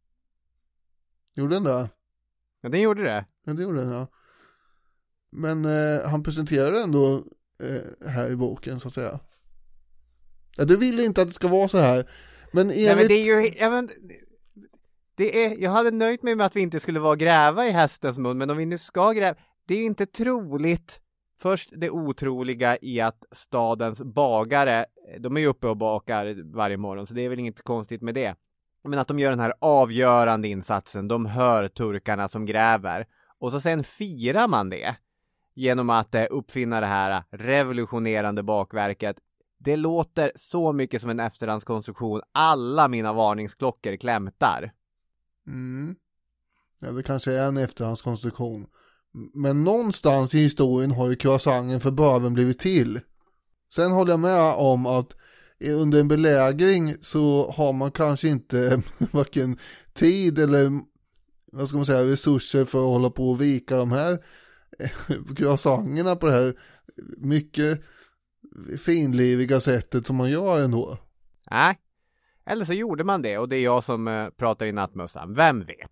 Gjorde den det? Ja, den gjorde det. Ja, det gjorde den, ja. Men eh, han presenterade ändå eh, här i boken, så att säga. Ja, du vill inte att det ska vara så här. Men enligt... Nej, men det är ju... Ja, men, det är, jag hade nöjt mig med att vi inte skulle vara gräva i hästens mun, men om vi nu ska gräva... Det är ju inte troligt. Först det otroliga i att stadens bagare, de är ju uppe och bakar varje morgon, så det är väl inget konstigt med det. Men att de gör den här avgörande insatsen, de hör turkarna som gräver. Och så sen firar man det genom att eh, uppfinna det här revolutionerande bakverket. Det låter så mycket som en efterhandskonstruktion. Alla mina varningsklockor klämtar. Mm. Ja, det kanske är en efterhandskonstruktion. Men någonstans i historien har ju croissanten för böven blivit till. Sen håller jag med om att under en belägring så har man kanske inte varken tid eller, vad ska man säga, resurser för att hålla på och vika de här croissanterna på det här mycket finliviga sättet som man gör ändå. Nej, eller så gjorde man det och det är jag som uh, pratar i nattmössan. Vem vet?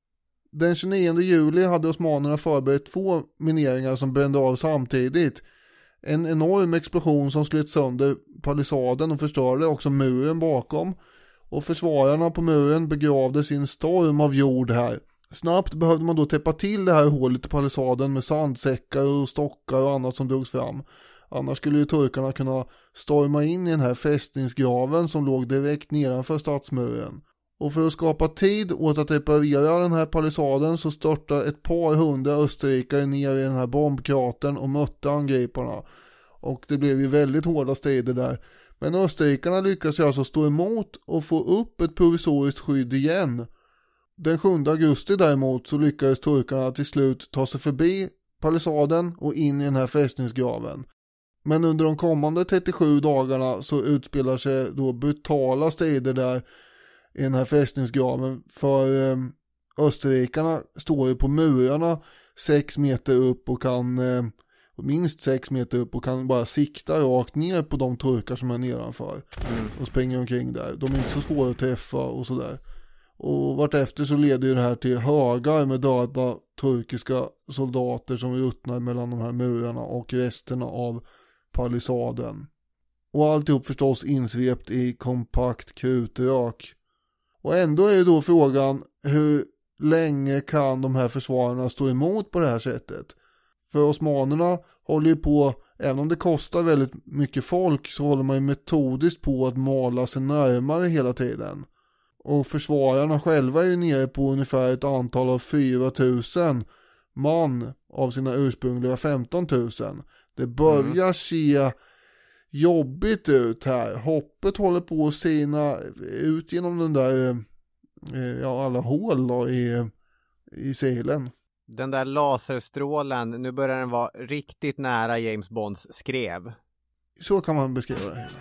Den tjugonionde juli hade osmanerna förberett två mineringar som brände av samtidigt. En enorm explosion som slet sönder palissaden och förstörde också muren bakom. Och försvararna på muren begravde sin storm av jord här. Snabbt behövde man då täppa till det här hålet i palissaden med sandsäckar och stockar och annat som drogs fram. Annars skulle ju turkarna kunna storma in i den här fästningsgraven som låg direkt nedanför stadsmuren. Och för att skapa tid åt att reparera den här palissaden så störtade ett par hundra österrikare ner i den här bombkratern och mötte angriparna. Och det blev ju väldigt hårda strider där. Men österrikarna lyckades alltså stå emot och få upp ett provisoriskt skydd igen. Den sjunde augusti däremot så lyckades turkarna till slut ta sig förbi palissaden och in i den här fästningsgraven. Men under de kommande trettiosju dagarna så utspelar sig då brutala strider där i den här fästningsgraven. För eh, österrikarna står ju på murarna sex meter upp och kan eh, minst sex meter upp och kan bara sikta rakt ner på de turkar som är nedanför mm. och springer omkring där. De är inte så svåra att träffa och sådär. Och vartefter så leder ju det här till högar med döda turkiska soldater som ruttnar mellan de här murarna och resterna av palissaden. Och alltihop förstås insvept i kompakt krutrök. Och ändå är ju då frågan, hur länge kan de här försvararna stå emot på det här sättet? För osmanerna håller ju på, även om det kostar väldigt mycket folk, så håller man ju metodiskt på att mala sig närmare hela tiden. Och försvararna själva är ju nere på ungefär ett antal av fyra tusen man av sina ursprungliga femton tusen. Det börjar mm. se jobbigt ut här. Hoppet håller på att sina ut genom den där, ja, alla hål då i, i selen. Den där laserstrålen, nu börjar den vara riktigt nära James Bonds skrev. Så kan man beskriva det hela.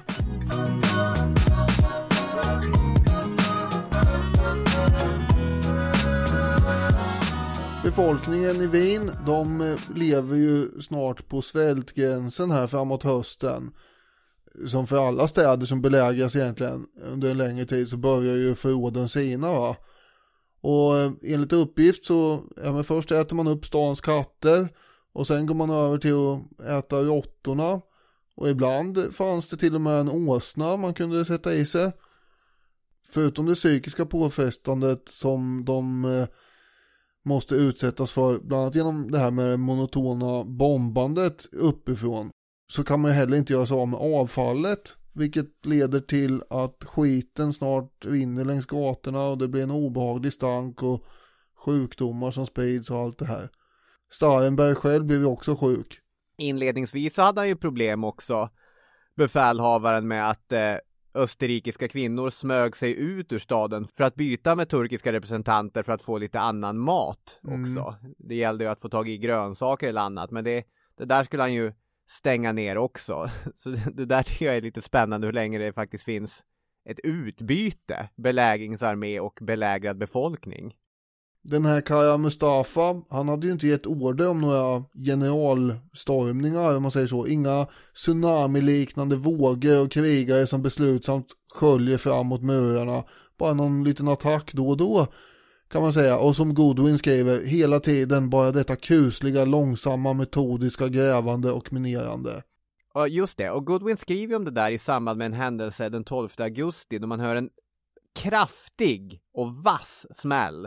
Befolkningen i Wien, de lever ju snart på svältgränsen här framåt hösten. Som för alla städer som belägras egentligen under en längre tid så börjar ju förråden sina, va. Och enligt uppgift så, ja, men först äter man upp stans katter och sen går man över till att äta råttorna. Och ibland fanns det till och med en åsna man kunde sätta i sig. Förutom det psykiska påfrestandet som de eh, måste utsättas för, bland annat genom det här med det monotona bombandet uppifrån, så kan man heller inte göra sig av med avfallet, vilket leder till att skiten snart rinner längs gatorna och det blir en obehaglig stank och sjukdomar som sprids och allt det här. Starrenberg själv blev ju också sjuk. Inledningsvis så hade han ju problem också, befälhavaren, med att eh, österrikiska kvinnor smög sig ut ur staden för att byta med turkiska representanter för att få lite annan mat också. Mm. Det gällde ju att få tag i grönsaker eller annat, men det, det där skulle han ju stänga ner också. Så det, det där tycker jag är lite spännande, hur länge det faktiskt finns ett utbyte, belägringsarmé och belägrad befolkning. Den här Kara Mustafa, han hade ju inte gett order om några generalstormningar, om man säger så. Inga tsunami-liknande vågor och krigare som beslutsamt sköljer fram mot murarna. Bara någon liten attack då och då, kan man säga. Och som Goodwin skriver, hela tiden bara detta kusliga, långsamma, metodiska grävande och minerande. Ja, just det. Och Goodwin skriver om det där i samband med en händelse den tolfte augusti, då man hör en kraftig och vass smäll.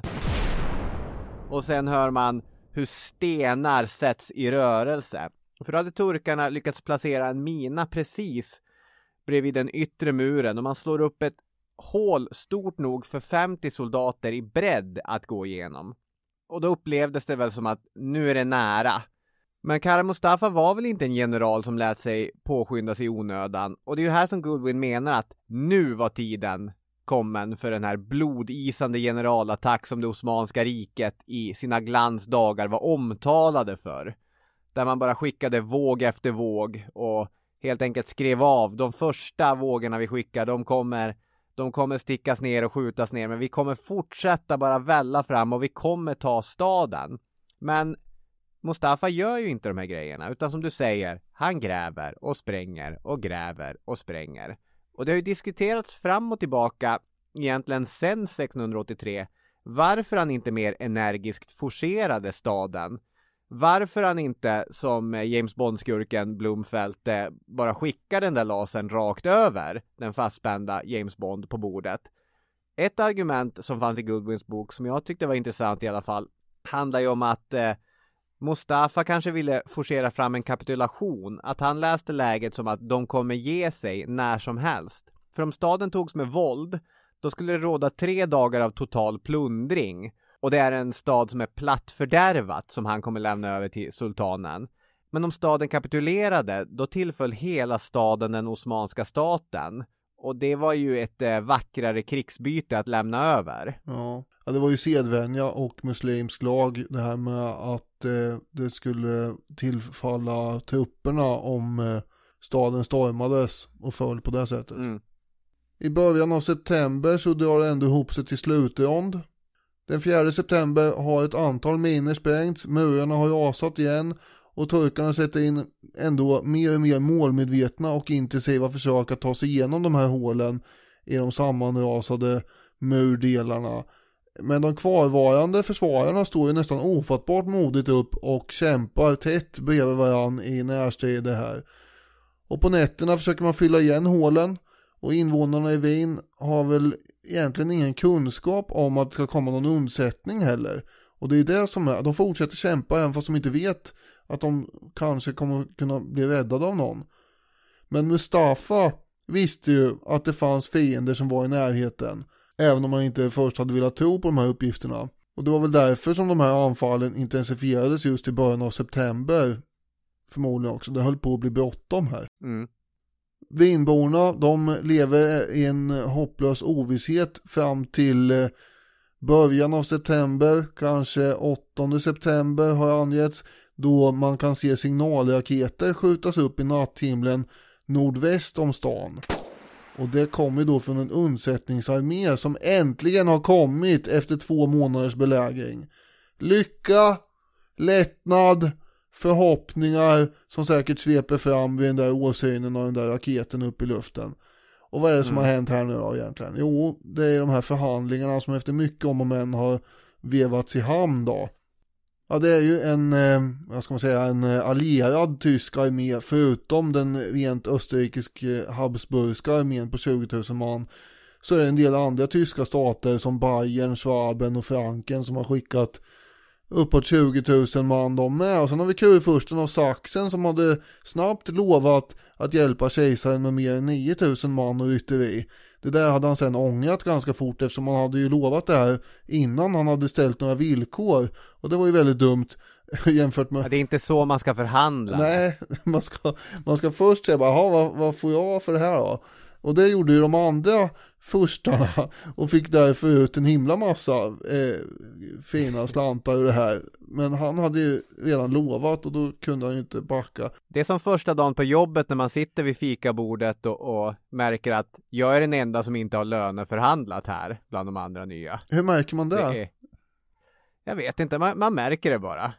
Och sen hör man hur stenar sätts i rörelse. För då hade turkarna lyckats placera en mina precis bredvid den yttre muren. Och man slår upp ett hål stort nog för femtio soldater i bredd att gå igenom. Och då upplevdes det väl som att nu är det nära. Men Kara Mustafa var väl inte en general som lät sig påskyndas i onödan. Och det är ju här som Goodwin menar att nu var tiden kommen för den här blodisande generalattack som det Osmanska riket i sina glansdagar var omtalade för. Där man bara skickade våg efter våg och helt enkelt skrev av de första vågorna vi skickar, de kommer, de kommer stickas ner och skjutas ner, men vi kommer fortsätta bara välla fram och vi kommer ta staden. Men Mustafa gör ju inte de här grejerna, utan som du säger, han gräver och spränger och gräver och spränger. Och det har ju diskuterats fram och tillbaka egentligen sedan sextonhundraåttiotre varför han inte mer energiskt forcerade staden. Varför han inte, som James Bond-skurken Blomfelt, eh, bara skickade den där lasern rakt över den fastspända James Bond på bordet. Ett argument som fanns i Goodwins bok, som jag tyckte var intressant i alla fall, handlar ju om att eh, Mustafa kanske ville forcera fram en kapitulation. Att han läste läget som att de kommer ge sig när som helst. För om staden togs med våld, då skulle det råda tre dagar av total plundring. Och det är en stad som är platt fördärvat som han kommer lämna över till sultanen. Men om staden kapitulerade, då tillföll hela staden den osmanska staten. Och det var ju ett eh, vackrare krigsbyte att lämna över. Ja. ja, det var ju sedvänja och muslimsk lag det här med att eh, det skulle tillfalla trupperna om eh, staden stormades och föll på det sättet. Mm. I början av september så drar det ändå ihop sig till slutrond. Den fjärde september har ett antal miner sprängts, murarna har rasat igen och turkarna sätter in ändå mer och mer målmedvetna och intensiva försök att ta sig igenom de här hålen i de sammanrasade murdelarna. Men de kvarvarande försvararna står ju nästan ofattbart modigt upp och kämpar tätt bredvid varann i närstrider här. Och på nätterna försöker man fylla igen hålen. Och invånarna i Wien har väl egentligen ingen kunskap om att det ska komma någon undsättning heller. Och det är det som är, de fortsätter kämpa även fast de inte vet att de kanske kommer kunna bli räddade av någon. Men Mustafa visste ju att det fanns fiender som var i närheten. Även om han inte först hade velat tro på de här uppgifterna. Och det var väl därför som de här anfallen intensifierades just i början av september. Förmodligen också, det höll på att bli bråttom här. Mm. Vinborna, de lever i en hopplös ovisshet fram till början av september, kanske åttonde september har angetts, då man kan se signalraketer skjutas upp i natthimlen nordväst om stan. Och det kommer då från en undsättningsarmé som äntligen har kommit efter två månaders belägring. Lycka, lättnad, förhoppningar som säkert sveper fram vid den där åsynen av den där raketen upp i luften. Och vad är det som mm. har hänt här nu då egentligen? Jo, det är de här förhandlingarna som efter mycket om och men har vevats i hamn då. Ja, det är ju en, eh, vad ska man säga, en eh, allierad tysk armé förutom den rent österrikisk habsburgska armén på tjugo tusen man. Så är det en del andra tyska stater som Bayern, Schwaben och Franken som har skickat uppåt tjugo tusen man de med. Och sen har vi kurfursten av Sachsen som hade snabbt lovat att hjälpa kejsaren med mer än nio tusen man och rytteri. Det där hade han sen ångrat ganska fort eftersom han hade ju lovat det här innan han hade ställt några villkor. Och det var ju väldigt dumt jämfört med... Ja, det är inte så man ska förhandla. Nej, man ska, man ska först säga bara, vad, vad får jag för det här då? Och det gjorde ju de andra furstarna och fick därför ut en himla massa eh, fina slantar ur det här. Men han hade ju redan lovat och då kunde han ju inte backa. Det är som första dagen på jobbet när man sitter vid fikabordet och, och märker att jag är den enda som inte har löneförhandlat här bland de andra nya. Hur märker man det? det är, jag vet inte, man, man märker det bara.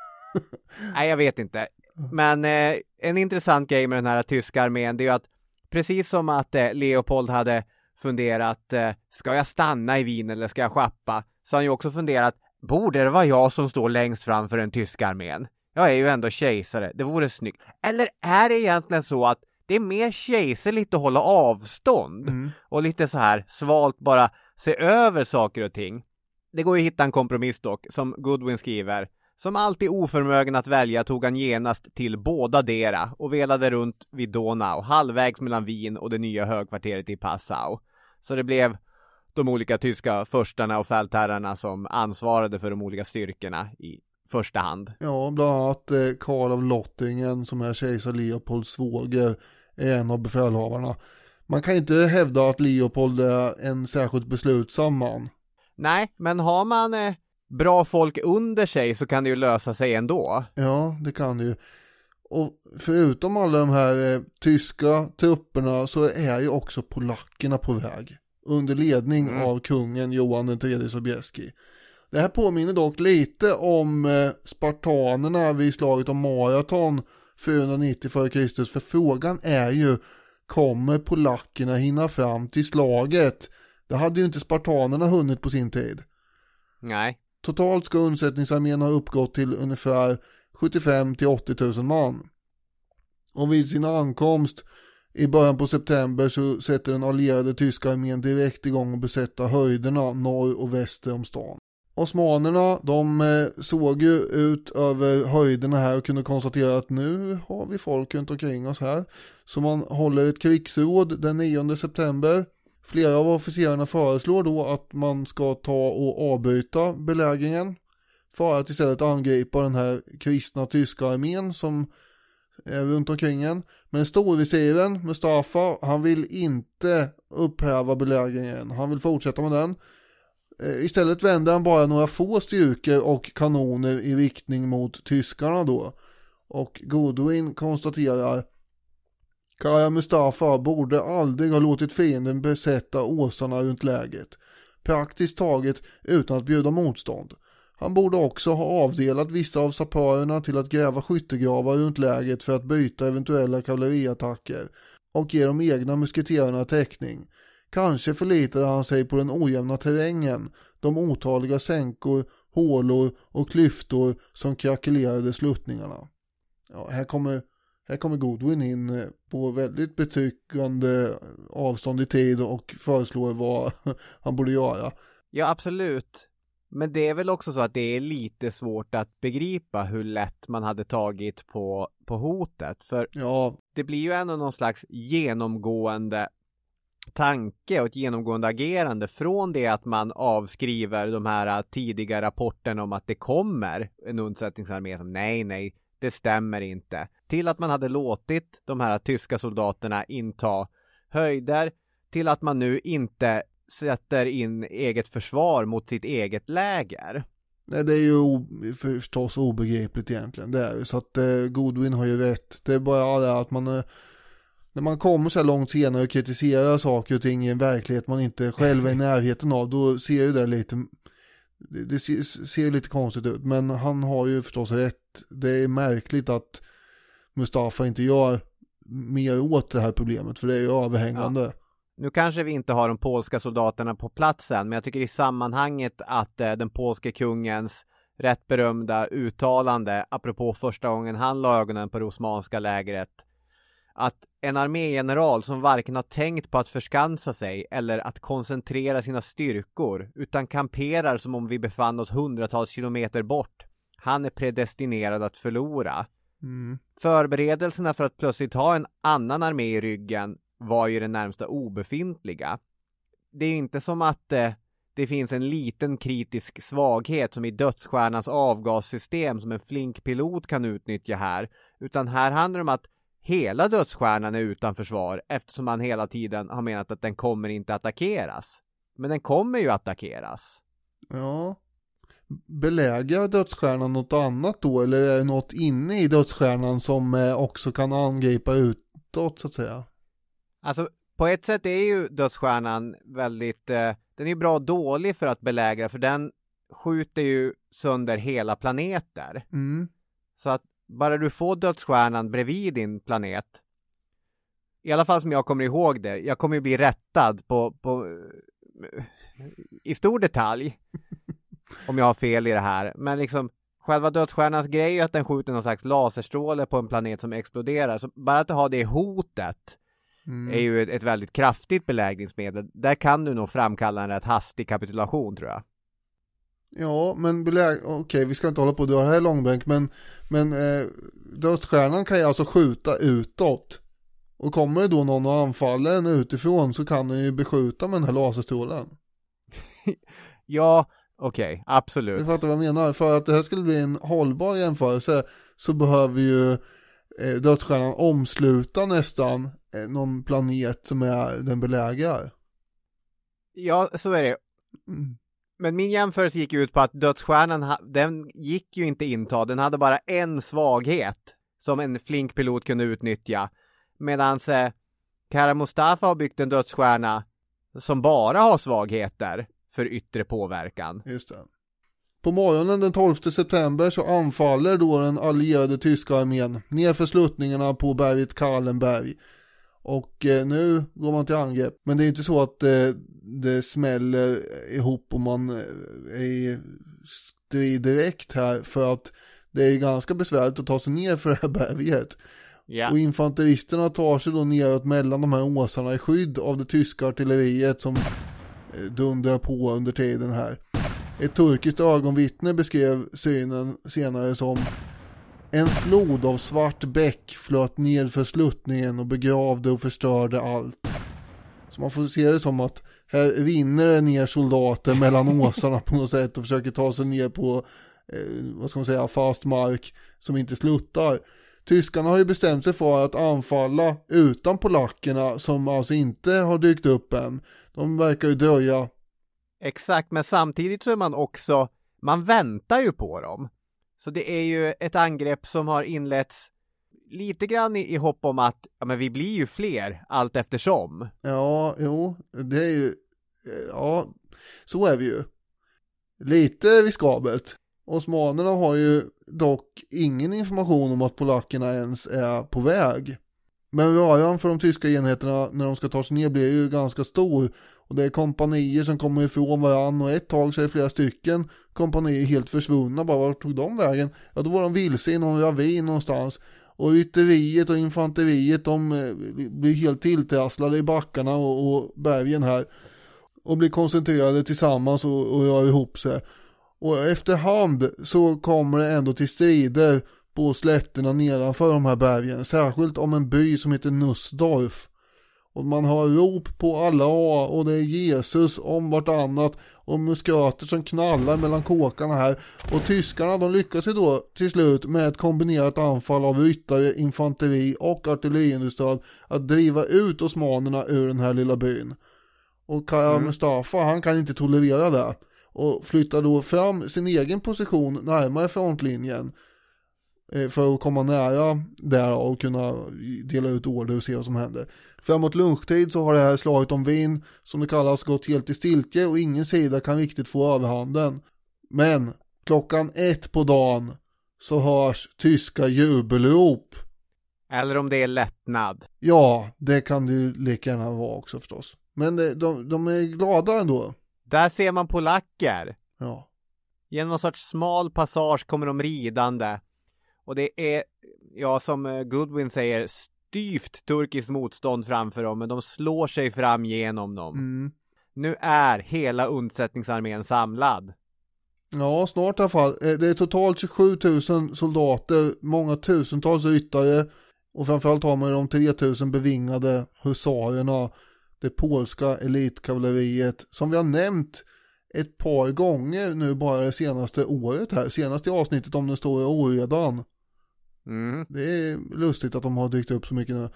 Nej, jag vet inte. Men eh, en intressant grej med den här tyska armén, det är ju att precis som att eh, Leopold hade funderat, eh, ska jag stanna i Wien eller ska jag schappa? Så har han ju också funderat, borde det vara jag som står längst fram för den tyska armén? Jag är ju ändå kejsare, det vore snyggt. Eller är det egentligen så att det är mer kejserligt att hålla avstånd mm. och lite så här svalt bara se över saker och ting? Det går ju att hitta en kompromiss dock, som Goodwin skriver. Som alltid oförmögen att välja tog han genast till båda dera och velade runt vid Donau, halvvägs mellan Wien och det nya högkvarteret i Passau. Så det blev de olika tyska förstarna och fältherrarna som ansvarade för de olika styrkorna i första hand. Ja, bland annat eh, Karl av Lottingen som är kejsar Leopolds svåger är en av befälhavarna. Man kan inte hävda att Leopold är en särskilt beslutsam man. Nej, men har man... Eh... bra folk under sig så kan det ju lösa sig ändå. Ja, det kan det ju. Och förutom alla de här eh, tyska trupperna så är ju också polackerna på väg. Under ledning mm. av kungen Johan den tredje Sobieski. Det här påminner dock lite om eh, spartanerna vid slaget om Marathon fyrahundranittio före Kristus. För frågan är ju, kommer polackerna hinna fram till slaget? Det hade ju inte spartanerna hunnit på sin tid. Nej. Totalt ska undsättningsarmén ha uppgått till ungefär sjuttiofem till åttio tusen man. Och vid sin ankomst i början på september så sätter den allierade tyska armén direkt igång och besätta höjderna norr och väster om stan. Osmanerna, de eh, såg ju ut över höjderna här och kunde konstatera att nu har vi folk runt omkring oss här. Så man håller ett krigsråd den nionde september. Flera av officerarna föreslår då att man ska ta och avbryta belägringen för att istället angripa den här kristna tyska armén som är runt omkring en. Men storvisiren Mustafa, han vill inte upphäva belägringen. Han vill fortsätta med den. Istället vänder han bara några få styrkor och kanoner i riktning mot tyskarna då. Och Goodwin konstaterar: Kara Mustafa borde aldrig ha låtit fienden besätta åsarna runt läget, praktiskt taget utan att bjuda motstånd. Han borde också ha avdelat vissa av sapörerna till att gräva skyttegravar runt läget för att byta eventuella kavalleriattacker och ge de egna musketerarna täckning. Kanske förlitade han sig på den ojämna terrängen, de otaliga sänkor, hålor och klyftor som krackelerade sluttningarna. Ja, här kommer, här kommer Goodwin in på väldigt betryggande avstånd i tid och föreslår vad han borde göra. Ja, absolut. Men det är väl också så att det är lite svårt att begripa hur lätt man hade tagit på, på hotet. För ja. Det blir ju ändå någon slags genomgående tanke och ett genomgående agerande från det att man avskriver de här tidiga rapporterna om att det kommer en undsättningsarmé som nej, nej, det stämmer inte. Till att man hade låtit de här tyska soldaterna inta höjder, till att man nu inte sätter in eget försvar mot sitt eget läger. Nej, det är ju o- förstås obegripligt egentligen. Det är ju så att eh, Goodwin har ju rätt. Det är bara det att man eh, när man kommer så här långt senare och kritiserar saker och ting i en verklighet man inte själv är i närheten av, då ser ju det lite det, det ser, ser lite konstigt ut. Men han har ju förstås rätt. Det är märkligt att Mustafa inte gör mer åt det här problemet, för det är ju överhängande. Ja. Nu kanske vi inte har de polska soldaterna på platsen, men jag tycker i sammanhanget att eh, den polske kungens rätt berömda uttalande, apropå första gången han la ögonen på det osmanska lägret, att en armégeneral som varken har tänkt på att förskansa sig eller att koncentrera sina styrkor, utan kamperar som om vi befann oss hundratals kilometer bort, han är predestinerad att förlora. Mm. Förberedelserna för att plötsligt ha en annan armé i ryggen var ju den närmsta obefintliga. Det är inte som att eh, det finns en liten kritisk svaghet som i dödsstjärnans avgassystem som en flink pilot kan utnyttja här, utan här handlar det om att hela dödsstjärnan är utan försvar eftersom man hela tiden har menat att den kommer inte attackeras. Men den kommer ju attackeras. Ja. Belägrar dödsstjärnan något annat då, eller är det något inne i dödsstjärnan som eh, också kan angripa utåt så att säga? Alltså på ett sätt är ju dödsstjärnan väldigt, eh, den är ju bra och dålig för att belägra, för den skjuter ju sönder hela planeter. Mm. Så att bara du får dödsstjärnan bredvid din planet, i alla fall som jag kommer ihåg det, jag kommer ju bli rättad på, på i stor detalj om jag har fel i det här, men liksom själva dödsstjärnans grej är ju att den skjuter någon slags laserstråle på en planet som exploderar, så bara att ha det hotet mm. är ju ett, ett väldigt kraftigt belägringsmedel. Där kan du nog framkalla en rätt hastig kapitulation, tror jag. Ja, men beläg... okej, okay, vi ska inte hålla på att dra här långbänk, men, men eh, dödsstjärnan kan ju alltså skjuta utåt. Och kommer det då någon och anfaller den utifrån så kan den ju beskjuta med den här laserstrålen. Ja, okej, okay, absolut. Du fattar vad jag menar. För att det här skulle bli en hållbar jämförelse så behöver ju eh, dödsstjärnan omsluta nästan eh, någon planet som är den belägrar. Ja, så är det. Mm. Men min jämförelse gick ut på att dödsstjärnan, den gick ju inte inta. Den hade bara en svaghet som en flink pilot kunde utnyttja. Medan eh, Kara Mustafa har byggt en dödsstjärna som bara har svagheter för yttre påverkan. Just det. På morgonen den tolfte september så anfaller då den allierade tyska armén nerför sluttningarna på berget Kahlenberg. Och eh, nu går man till angrepp. Men det är inte så att eh, det smäller ihop om man eh, är i strid direkt här. För att det är ganska besvärligt att ta sig ner för det här berget. Yeah. Och infanteristerna tar sig då neråt mellan de här åsarna i skydd av det tyska artilleriet som eh, dundrar på under tiden här. Ett turkiskt ögonvittne beskrev synen senare som: en flod av svart bäck flöt ner för sluttningen och begravde och förstörde allt. Så man får se det som att här rinner det ner soldater mellan åsarna på något sätt och försöker ta sig ner på eh, vad ska man säga, fast mark som inte sluttar. Tyskarna har ju bestämt sig för att anfalla utan polackerna som alltså inte har dykt upp än. De verkar ju dröja. Exakt, men samtidigt så är man också, man väntar ju på dem. Så det är ju ett angrepp som har inletts lite grann i, i hopp om att ja, men vi blir ju fler allt eftersom. Ja, jo, det är ju, ja, så är vi ju. Lite riskabelt. Osmanerna har ju dock ingen information om att polackerna ens är på väg. Men röran för de tyska enheterna när de ska ta sig ner blir ju ganska stor. Och det är kompanier som kommer ifrån varann och ett tag så är flera stycken kompanier helt försvunna. Bara vart tog de vägen? Ja, då var de vilse i någon ravin någonstans. Och rytteriet och infanteriet de blir helt tilltrasslade i backarna och, och bergen här. Och blir koncentrerade tillsammans och, och rör ihop sig. Och efterhand så kommer det ändå till strider på slätterna nedanför de här bergen. Särskilt om en by som heter Nussdorf. Och man har rop på alla och det är Jesus om vartannat. Och musköter som knallar mellan kåkarna här. Och tyskarna de lyckas ju då till slut med ett kombinerat anfall av ryttare, infanteri och artilleriindustrial att driva ut osmanerna ur den här lilla byn. Och Kara mm. Mustafa han kan inte tolerera det. Och flyttar då fram sin egen position närmare frontlinjen. För att komma nära där och kunna dela ut order och se vad som händer. Framåt lunchtid så har det här slaget om Wien, som det kallas, gått helt i stiltje och ingen sida kan riktigt få överhanden. Men klockan ett på dagen så hörs tyska jubelrop. Eller om det är lättnad. Ja, det kan det ju lika gärna vara också förstås. Men det, de, de är glada ändå. Där ser man polacker. Ja. Genom någon sorts smal passage kommer de ridande. Och det är, ja som Goodwin säger, styvt turkiskt motstånd framför dem. Men de slår sig fram genom dem. Mm. Nu är hela undsättningsarmén samlad. Ja, snart i alla fall. Det är totalt tjugosju tusen soldater, många tusentals ryttare. Och framförallt har man de tre tusen bevingade husarerna. Det polska elitkavalleriet som vi har nämnt ett par gånger nu bara det senaste året här. Senast i avsnittet om den stora oredan. Mm. Det är lustigt att de har dykt upp så mycket nu.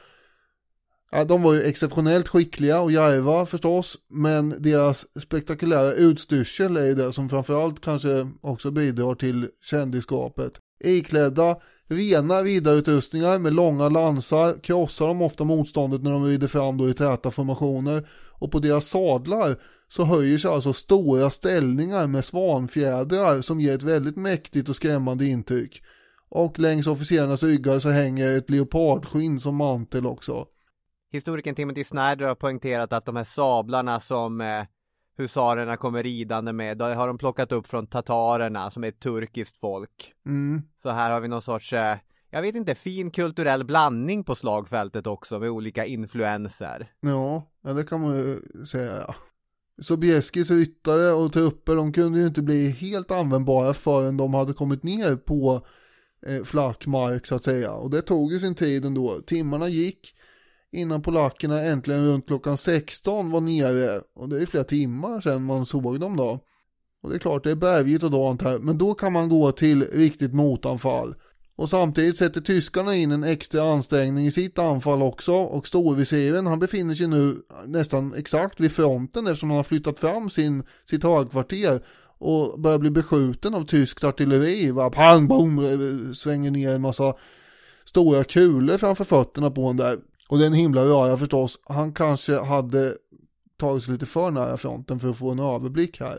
Ja, de var ju exceptionellt skickliga och djärva förstås. Men deras spektakulära utstyrsel är det som framförallt kanske också bidrar till kändisskapet. Iklädda rena ridarutrustningar med långa lansar krossar de ofta motståndet när de rider fram då i täta formationer. Och på deras sadlar så höjer sig alltså stora ställningar med svanfjädrar som ger ett väldigt mäktigt och skrämmande intryck. Och längs officerarnas ryggar så hänger ett leopardskinn som mantel också. Historikern Timothy Snyder har poängterat att de här sablarna som eh, husarerna kommer ridande med, då har de plockat upp från tatarerna som är ett turkiskt folk. Mm. Så här har vi någon sorts, eh, jag vet inte, fin kulturell blandning på slagfältet också med olika influenser. Ja, ja det kan man ju säga, ja. Sobieskis ryttare och trupper, de kunde ju inte bli helt användbara förrän de hade kommit ner på eh, flack mark så att säga. Och det tog ju sin tid ändå. Timmarna gick innan polackerna äntligen runt klockan sexton var nere. Och det är flera timmar sedan man såg dem då. Och det är klart, det är bergigt och dant här. Men då kan man gå till riktigt motanfall. Och samtidigt sätter tyskarna in en extra ansträngning i sitt anfall också. Och storvisiren, han befinner sig nu nästan exakt vid fronten eftersom han har flyttat fram sin, sitt högkvarter. Och börjar bli beskjuten av tyskt artilleri. Va? Pang, boom, svänger ner en massa stora kulor framför fötterna på honom där. Och det är en himla röra förstås. Han kanske hade tagit sig lite för nära fronten för att få en överblick här.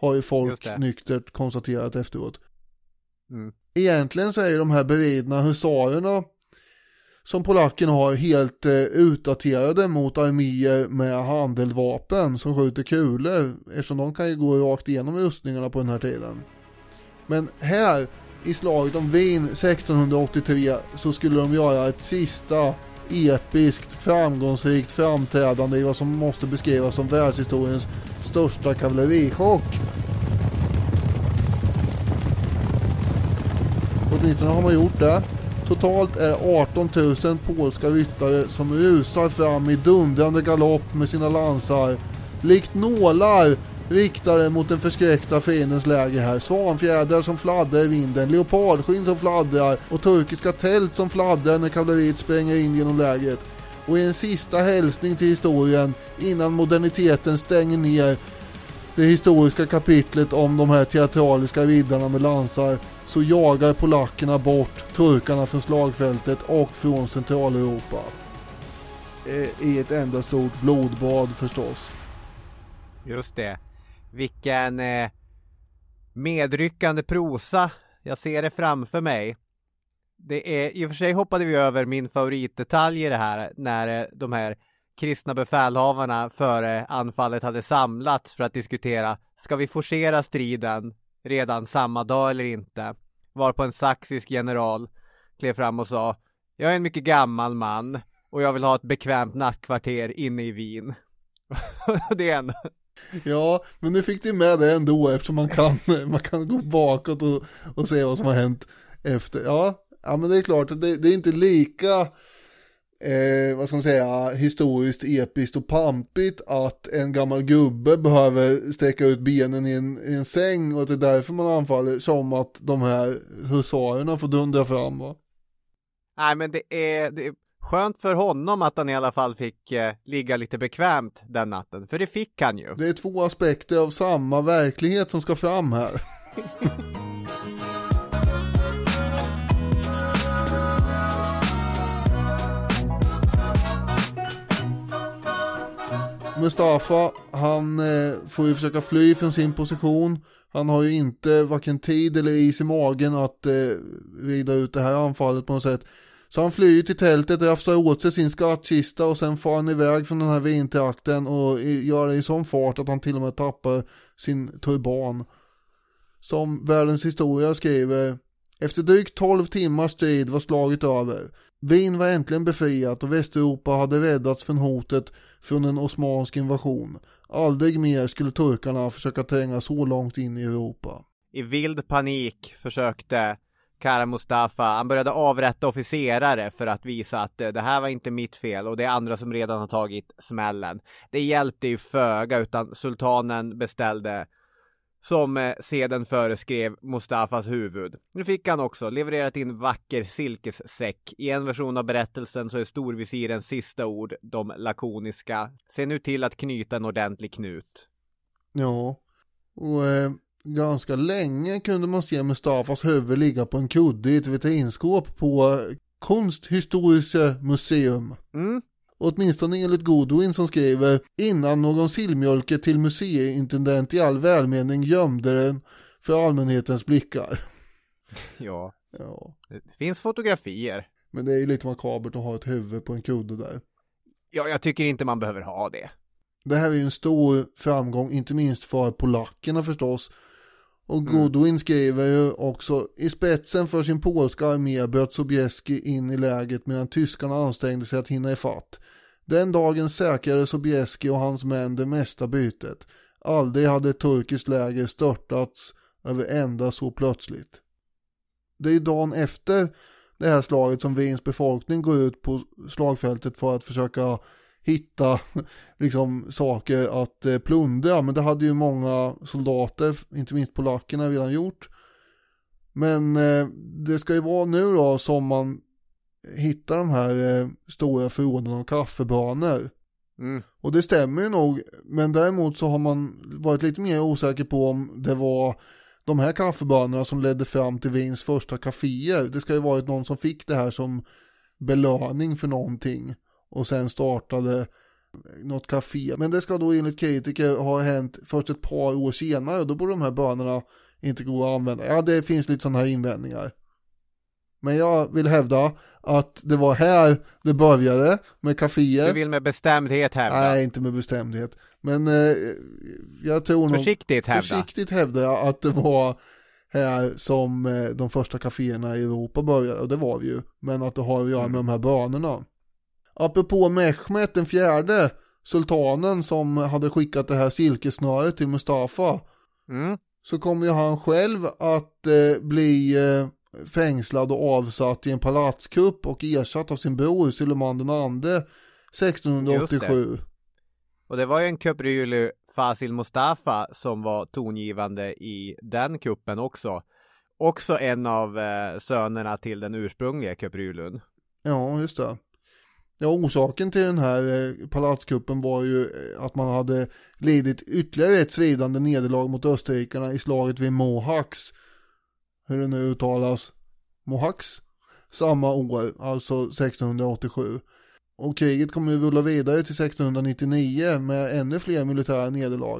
har ju folk nyktert konstaterat efteråt. Mm. Egentligen så är ju de här beridna husarerna som polackerna har helt eh, utdaterade mot arméer med handeldvapen som skjuter kulor, eftersom de kan ju gå rakt igenom rustningarna på den här tiden. Men här i slaget om Wien sextonhundraåttiotre så skulle de göra ett sista episkt framgångsrikt framträdande i vad som måste beskrivas som världshistoriens största kavallerichock. Åtminstone har man gjort det. Totalt är det arton tusen polska ryttare som rusar fram i dundrande galopp med sina lansar. Likt nålar riktade mot den förskräckta fiendens läger här. Svanfjädrar som fladdrar i vinden, leopardskinn som fladdrar och turkiska tält som fladdrar när kavalleriet spränger in genom lägret. Och i en sista hälsning till historien innan moderniteten stänger ner det historiska kapitlet om de här teatraliska riddarna med lansar, så jagar polackerna bort turkarna från slagfältet och från Centraleuropa. I ett enda stort blodbad förstås. Just det. Vilken eh, medryckande prosa. Jag ser det framför mig. Det är, i och för sig hoppade vi över min favoritdetalj i det här, när eh, de här kristna befälhavarna före anfallet hade samlats för att diskutera, ska vi forcera striden redan samma dag eller inte? Varpå en saxisk general klev fram och sa, jag är en mycket gammal man och jag vill ha ett bekvämt nattkvarter inne i Wien. Det är en... Ja, men nu fick du med det ändå, eftersom man kan, man kan gå bakåt och, och se vad som har hänt efter. Ja, ja men det är klart att det, det är inte lika eh, vad ska man säga, historiskt episkt och pampigt att en gammal gubbe behöver sträcka ut benen i en, i en säng och att det är därför man anfaller, som att de här husarerna får dundra fram, va? Nej, men det är, det är skönt för honom att han i alla fall fick eh, ligga lite bekvämt den natten, för det fick han ju. Det är två aspekter av samma verklighet som ska fram här. Mustafa, han eh, får ju försöka fly från sin position. Han har ju inte varken tid eller is i magen att eh, rida ut det här anfallet på något sätt. Så han flyr till tältet, rafsar åt sig sin skattkista och sen far han iväg från den här vintrakten och gör det i sån fart att han till och med tappar sin turban. Som Världens historia skriver, efter drygt tolv timmars strid var slaget över. Wien var äntligen befriat och Västeuropa hade räddats från hotet från en osmansk invasion. Aldrig mer skulle turkarna försöka tränga så långt in i Europa. I vild panik försökte Kara Mustafa, han började avrätta officerare för att visa att det här var inte mitt fel och det är andra som redan har tagit smällen. Det hjälpte ju föga, utan sultanen beställde, som seden föreskrev, Mustafas huvud. Nu fick han också levererat in vacker silkessäck. I en version av berättelsen så är storvisirens sista ord de lakoniska: se nu till att knyta en ordentlig knut. Ja, och eh, ganska länge kunde man se Mustafas huvud ligga på en kudde i ett vitrinskåp på Konsthistoriska museum. Mm. Åtminstone enligt Godwin, som skriver, innan någon sillmjölke till museiintendent i all välmening gömde den för allmänhetens blickar. Ja. Ja. Det finns fotografier. Men det är ju lite makabert att ha ett huvud på en kudde där. Ja, jag tycker inte man behöver ha det. Det här är ju en stor framgång, inte minst för polackerna förstås. Och Mm. Godwin skriver ju också, i spetsen för sin polska armé bröt Sobieski in i läget medan tyskarna ansträngde sig att hinna ifatt. Den dagen säkrade Sobieski och hans män det mesta bytet. Aldrig hade ett turkiskt läger störtats över ända så plötsligt. Det är dagen efter det här slaget som Wiens befolkning går ut på slagfältet för att försöka hitta liksom saker att eh, plundra, men det hade ju många soldater, inte minst polackerna, redan gjort. Men eh, det ska ju vara nu då som man hittar de här eh, stora förråden av kaffebönor. Mm. Och det stämmer ju nog, men däremot så har man varit lite mer osäker på om det var de här kaffebönorna som ledde fram till Wiens första kaféer. Det ska ju varit någon som fick det här som belöning för någonting och sen startade något café. Men det ska då enligt kritiker ha hänt först ett par år senare, och då borde de här bönorna inte gå att använda. Ja, det finns lite sådana här invändningar. Men jag vill hävda att det var här det började med kaféer. Du vill med bestämdhet hävda? Nej, inte med bestämdhet. Men eh, jag tror nog... Försiktigt hävda. Försiktigt hävda jag att det var här som eh, de första kaféerna i Europa började. Och det var vi ju. Men att det har att göra med de här bönerna. Apropå Mehmet den fjärde, sultanen som hade skickat det här silkesnöret till Mustafa. Mm. Så kommer ju han själv att eh, bli... Eh, fängslad och avsatt i en palatskupp och ersatt av sin bror Suleiman den andre sextonhundraåttiosju. Det. Och det var ju en Köprülü, Fasil Mustafa, som var tongivande i den kuppen också. Också en av eh, sönerna till den ursprungliga Köprülün. Ja, just det. Ja, orsaken till den här eh, palatskuppen var ju att man hade lidit ytterligare ett svidande nederlag mot österrikarna i slaget vid Mohacs. Hur det nu uttalas, Mohacs, samma år, alltså sextonhundraåttiosju. Och kriget kommer ju rulla vidare till sextonhundranittionio med ännu fler militära nederlag.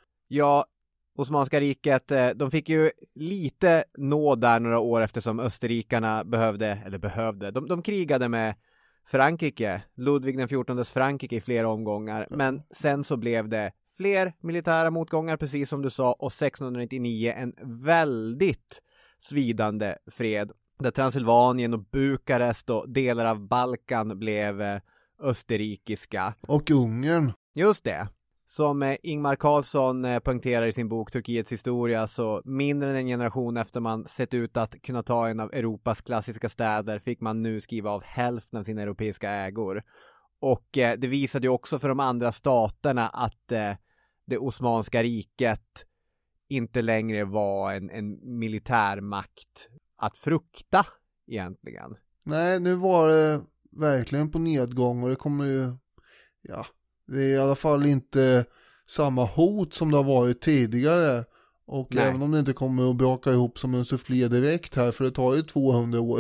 Ja, Osmanska riket, de fick ju lite nåd där några år eftersom österrikarna behövde, eller behövde, de, de krigade med Frankrike, Ludvig den fjortondes Frankrike i flera omgångar, men sen så blev det fler militära motgångar, precis som du sa, och sextonhundranittionio en väldigt svidande fred där Transylvanien och Bukarest och delar av Balkan blev eh, österrikiska. Och Ungern. Just det. Som eh, Ingmar Carlsson eh, poängterar i sin bok Turkiets historia, så mindre än en generation efter man sett ut att kunna ta en av Europas klassiska städer fick man nu skriva av hälften av sina europeiska ägor. Och eh, det visade ju också för de andra staterna att eh, det Osmanska riket inte längre var en, en militärmakt att frukta egentligen. Nej, nu var det verkligen på nedgång, och det kommer ju, ja, det är i alla fall inte samma hot som det har varit tidigare. Och Nej. Även om det inte kommer att braka ihop som en sufflé direkt här, för det tar ju tvåhundra år,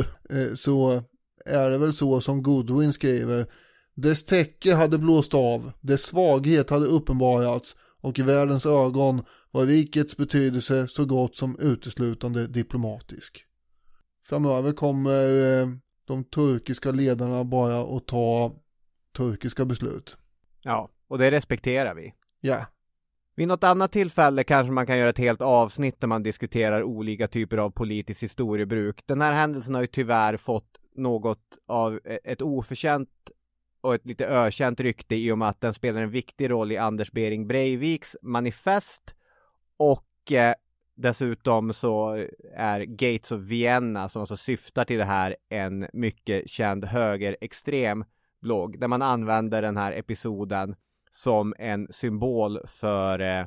så är det väl så som Goodwin skriver: dess täcke hade blåst av, dess svaghet hade uppenbarats, och i världens ögon var rikets betydelse så gott som uteslutande diplomatisk. Framöver kommer eh, de turkiska ledarna bara att ta turkiska beslut. Ja, och det respekterar vi. Ja. Vid något annat tillfälle kanske man kan göra ett helt avsnitt där man diskuterar olika typer av politisk historiebruk. Den här händelsen har ju tyvärr fått något av ett oförtjänt och ett lite ökänt rykte i och med att den spelar en viktig roll i Anders Behring Breiviks manifest, och eh, dessutom så är Gates of Vienna, som alltså syftar till det här, en mycket känd högerextrem blogg där man använder den här episoden som en symbol för eh,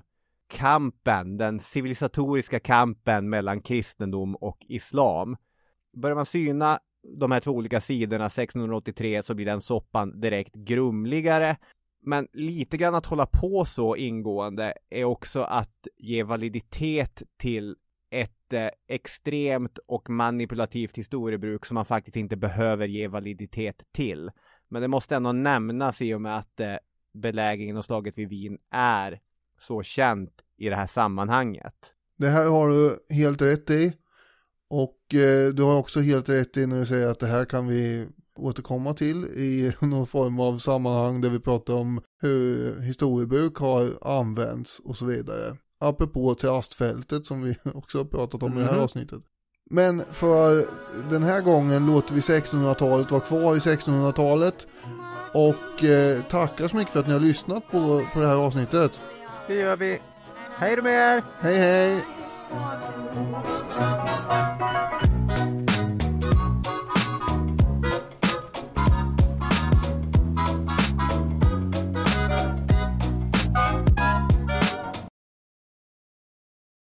kampen, den civilisatoriska kampen mellan kristendom och islam. Börjar man syna de här två olika sidorna sextonhundraåttiotre så blir den soppan direkt grumligare. Men lite grann att hålla på så ingående är också att ge validitet till ett eh, extremt och manipulativt historiebruk som man faktiskt inte behöver ge validitet till. Men det måste ändå nämnas i och med att eh, belägringen och slaget vid Wien är så känt i det här sammanhanget. Det här har du helt rätt i. Och eh, du har också helt rätt i när du säger att det här kan vi återkomma till i någon form av sammanhang där vi pratar om hur historiebruk har använts och så vidare. Apropå trastfältet som vi också har pratat om mm. i det här avsnittet. Men för den här gången låter vi sextonhundratalet vara kvar i sextonhundratalet. Och eh, tackar så mycket för att ni har lyssnat på, på det här avsnittet. Det gör vi. Hej då med er! Hej hej!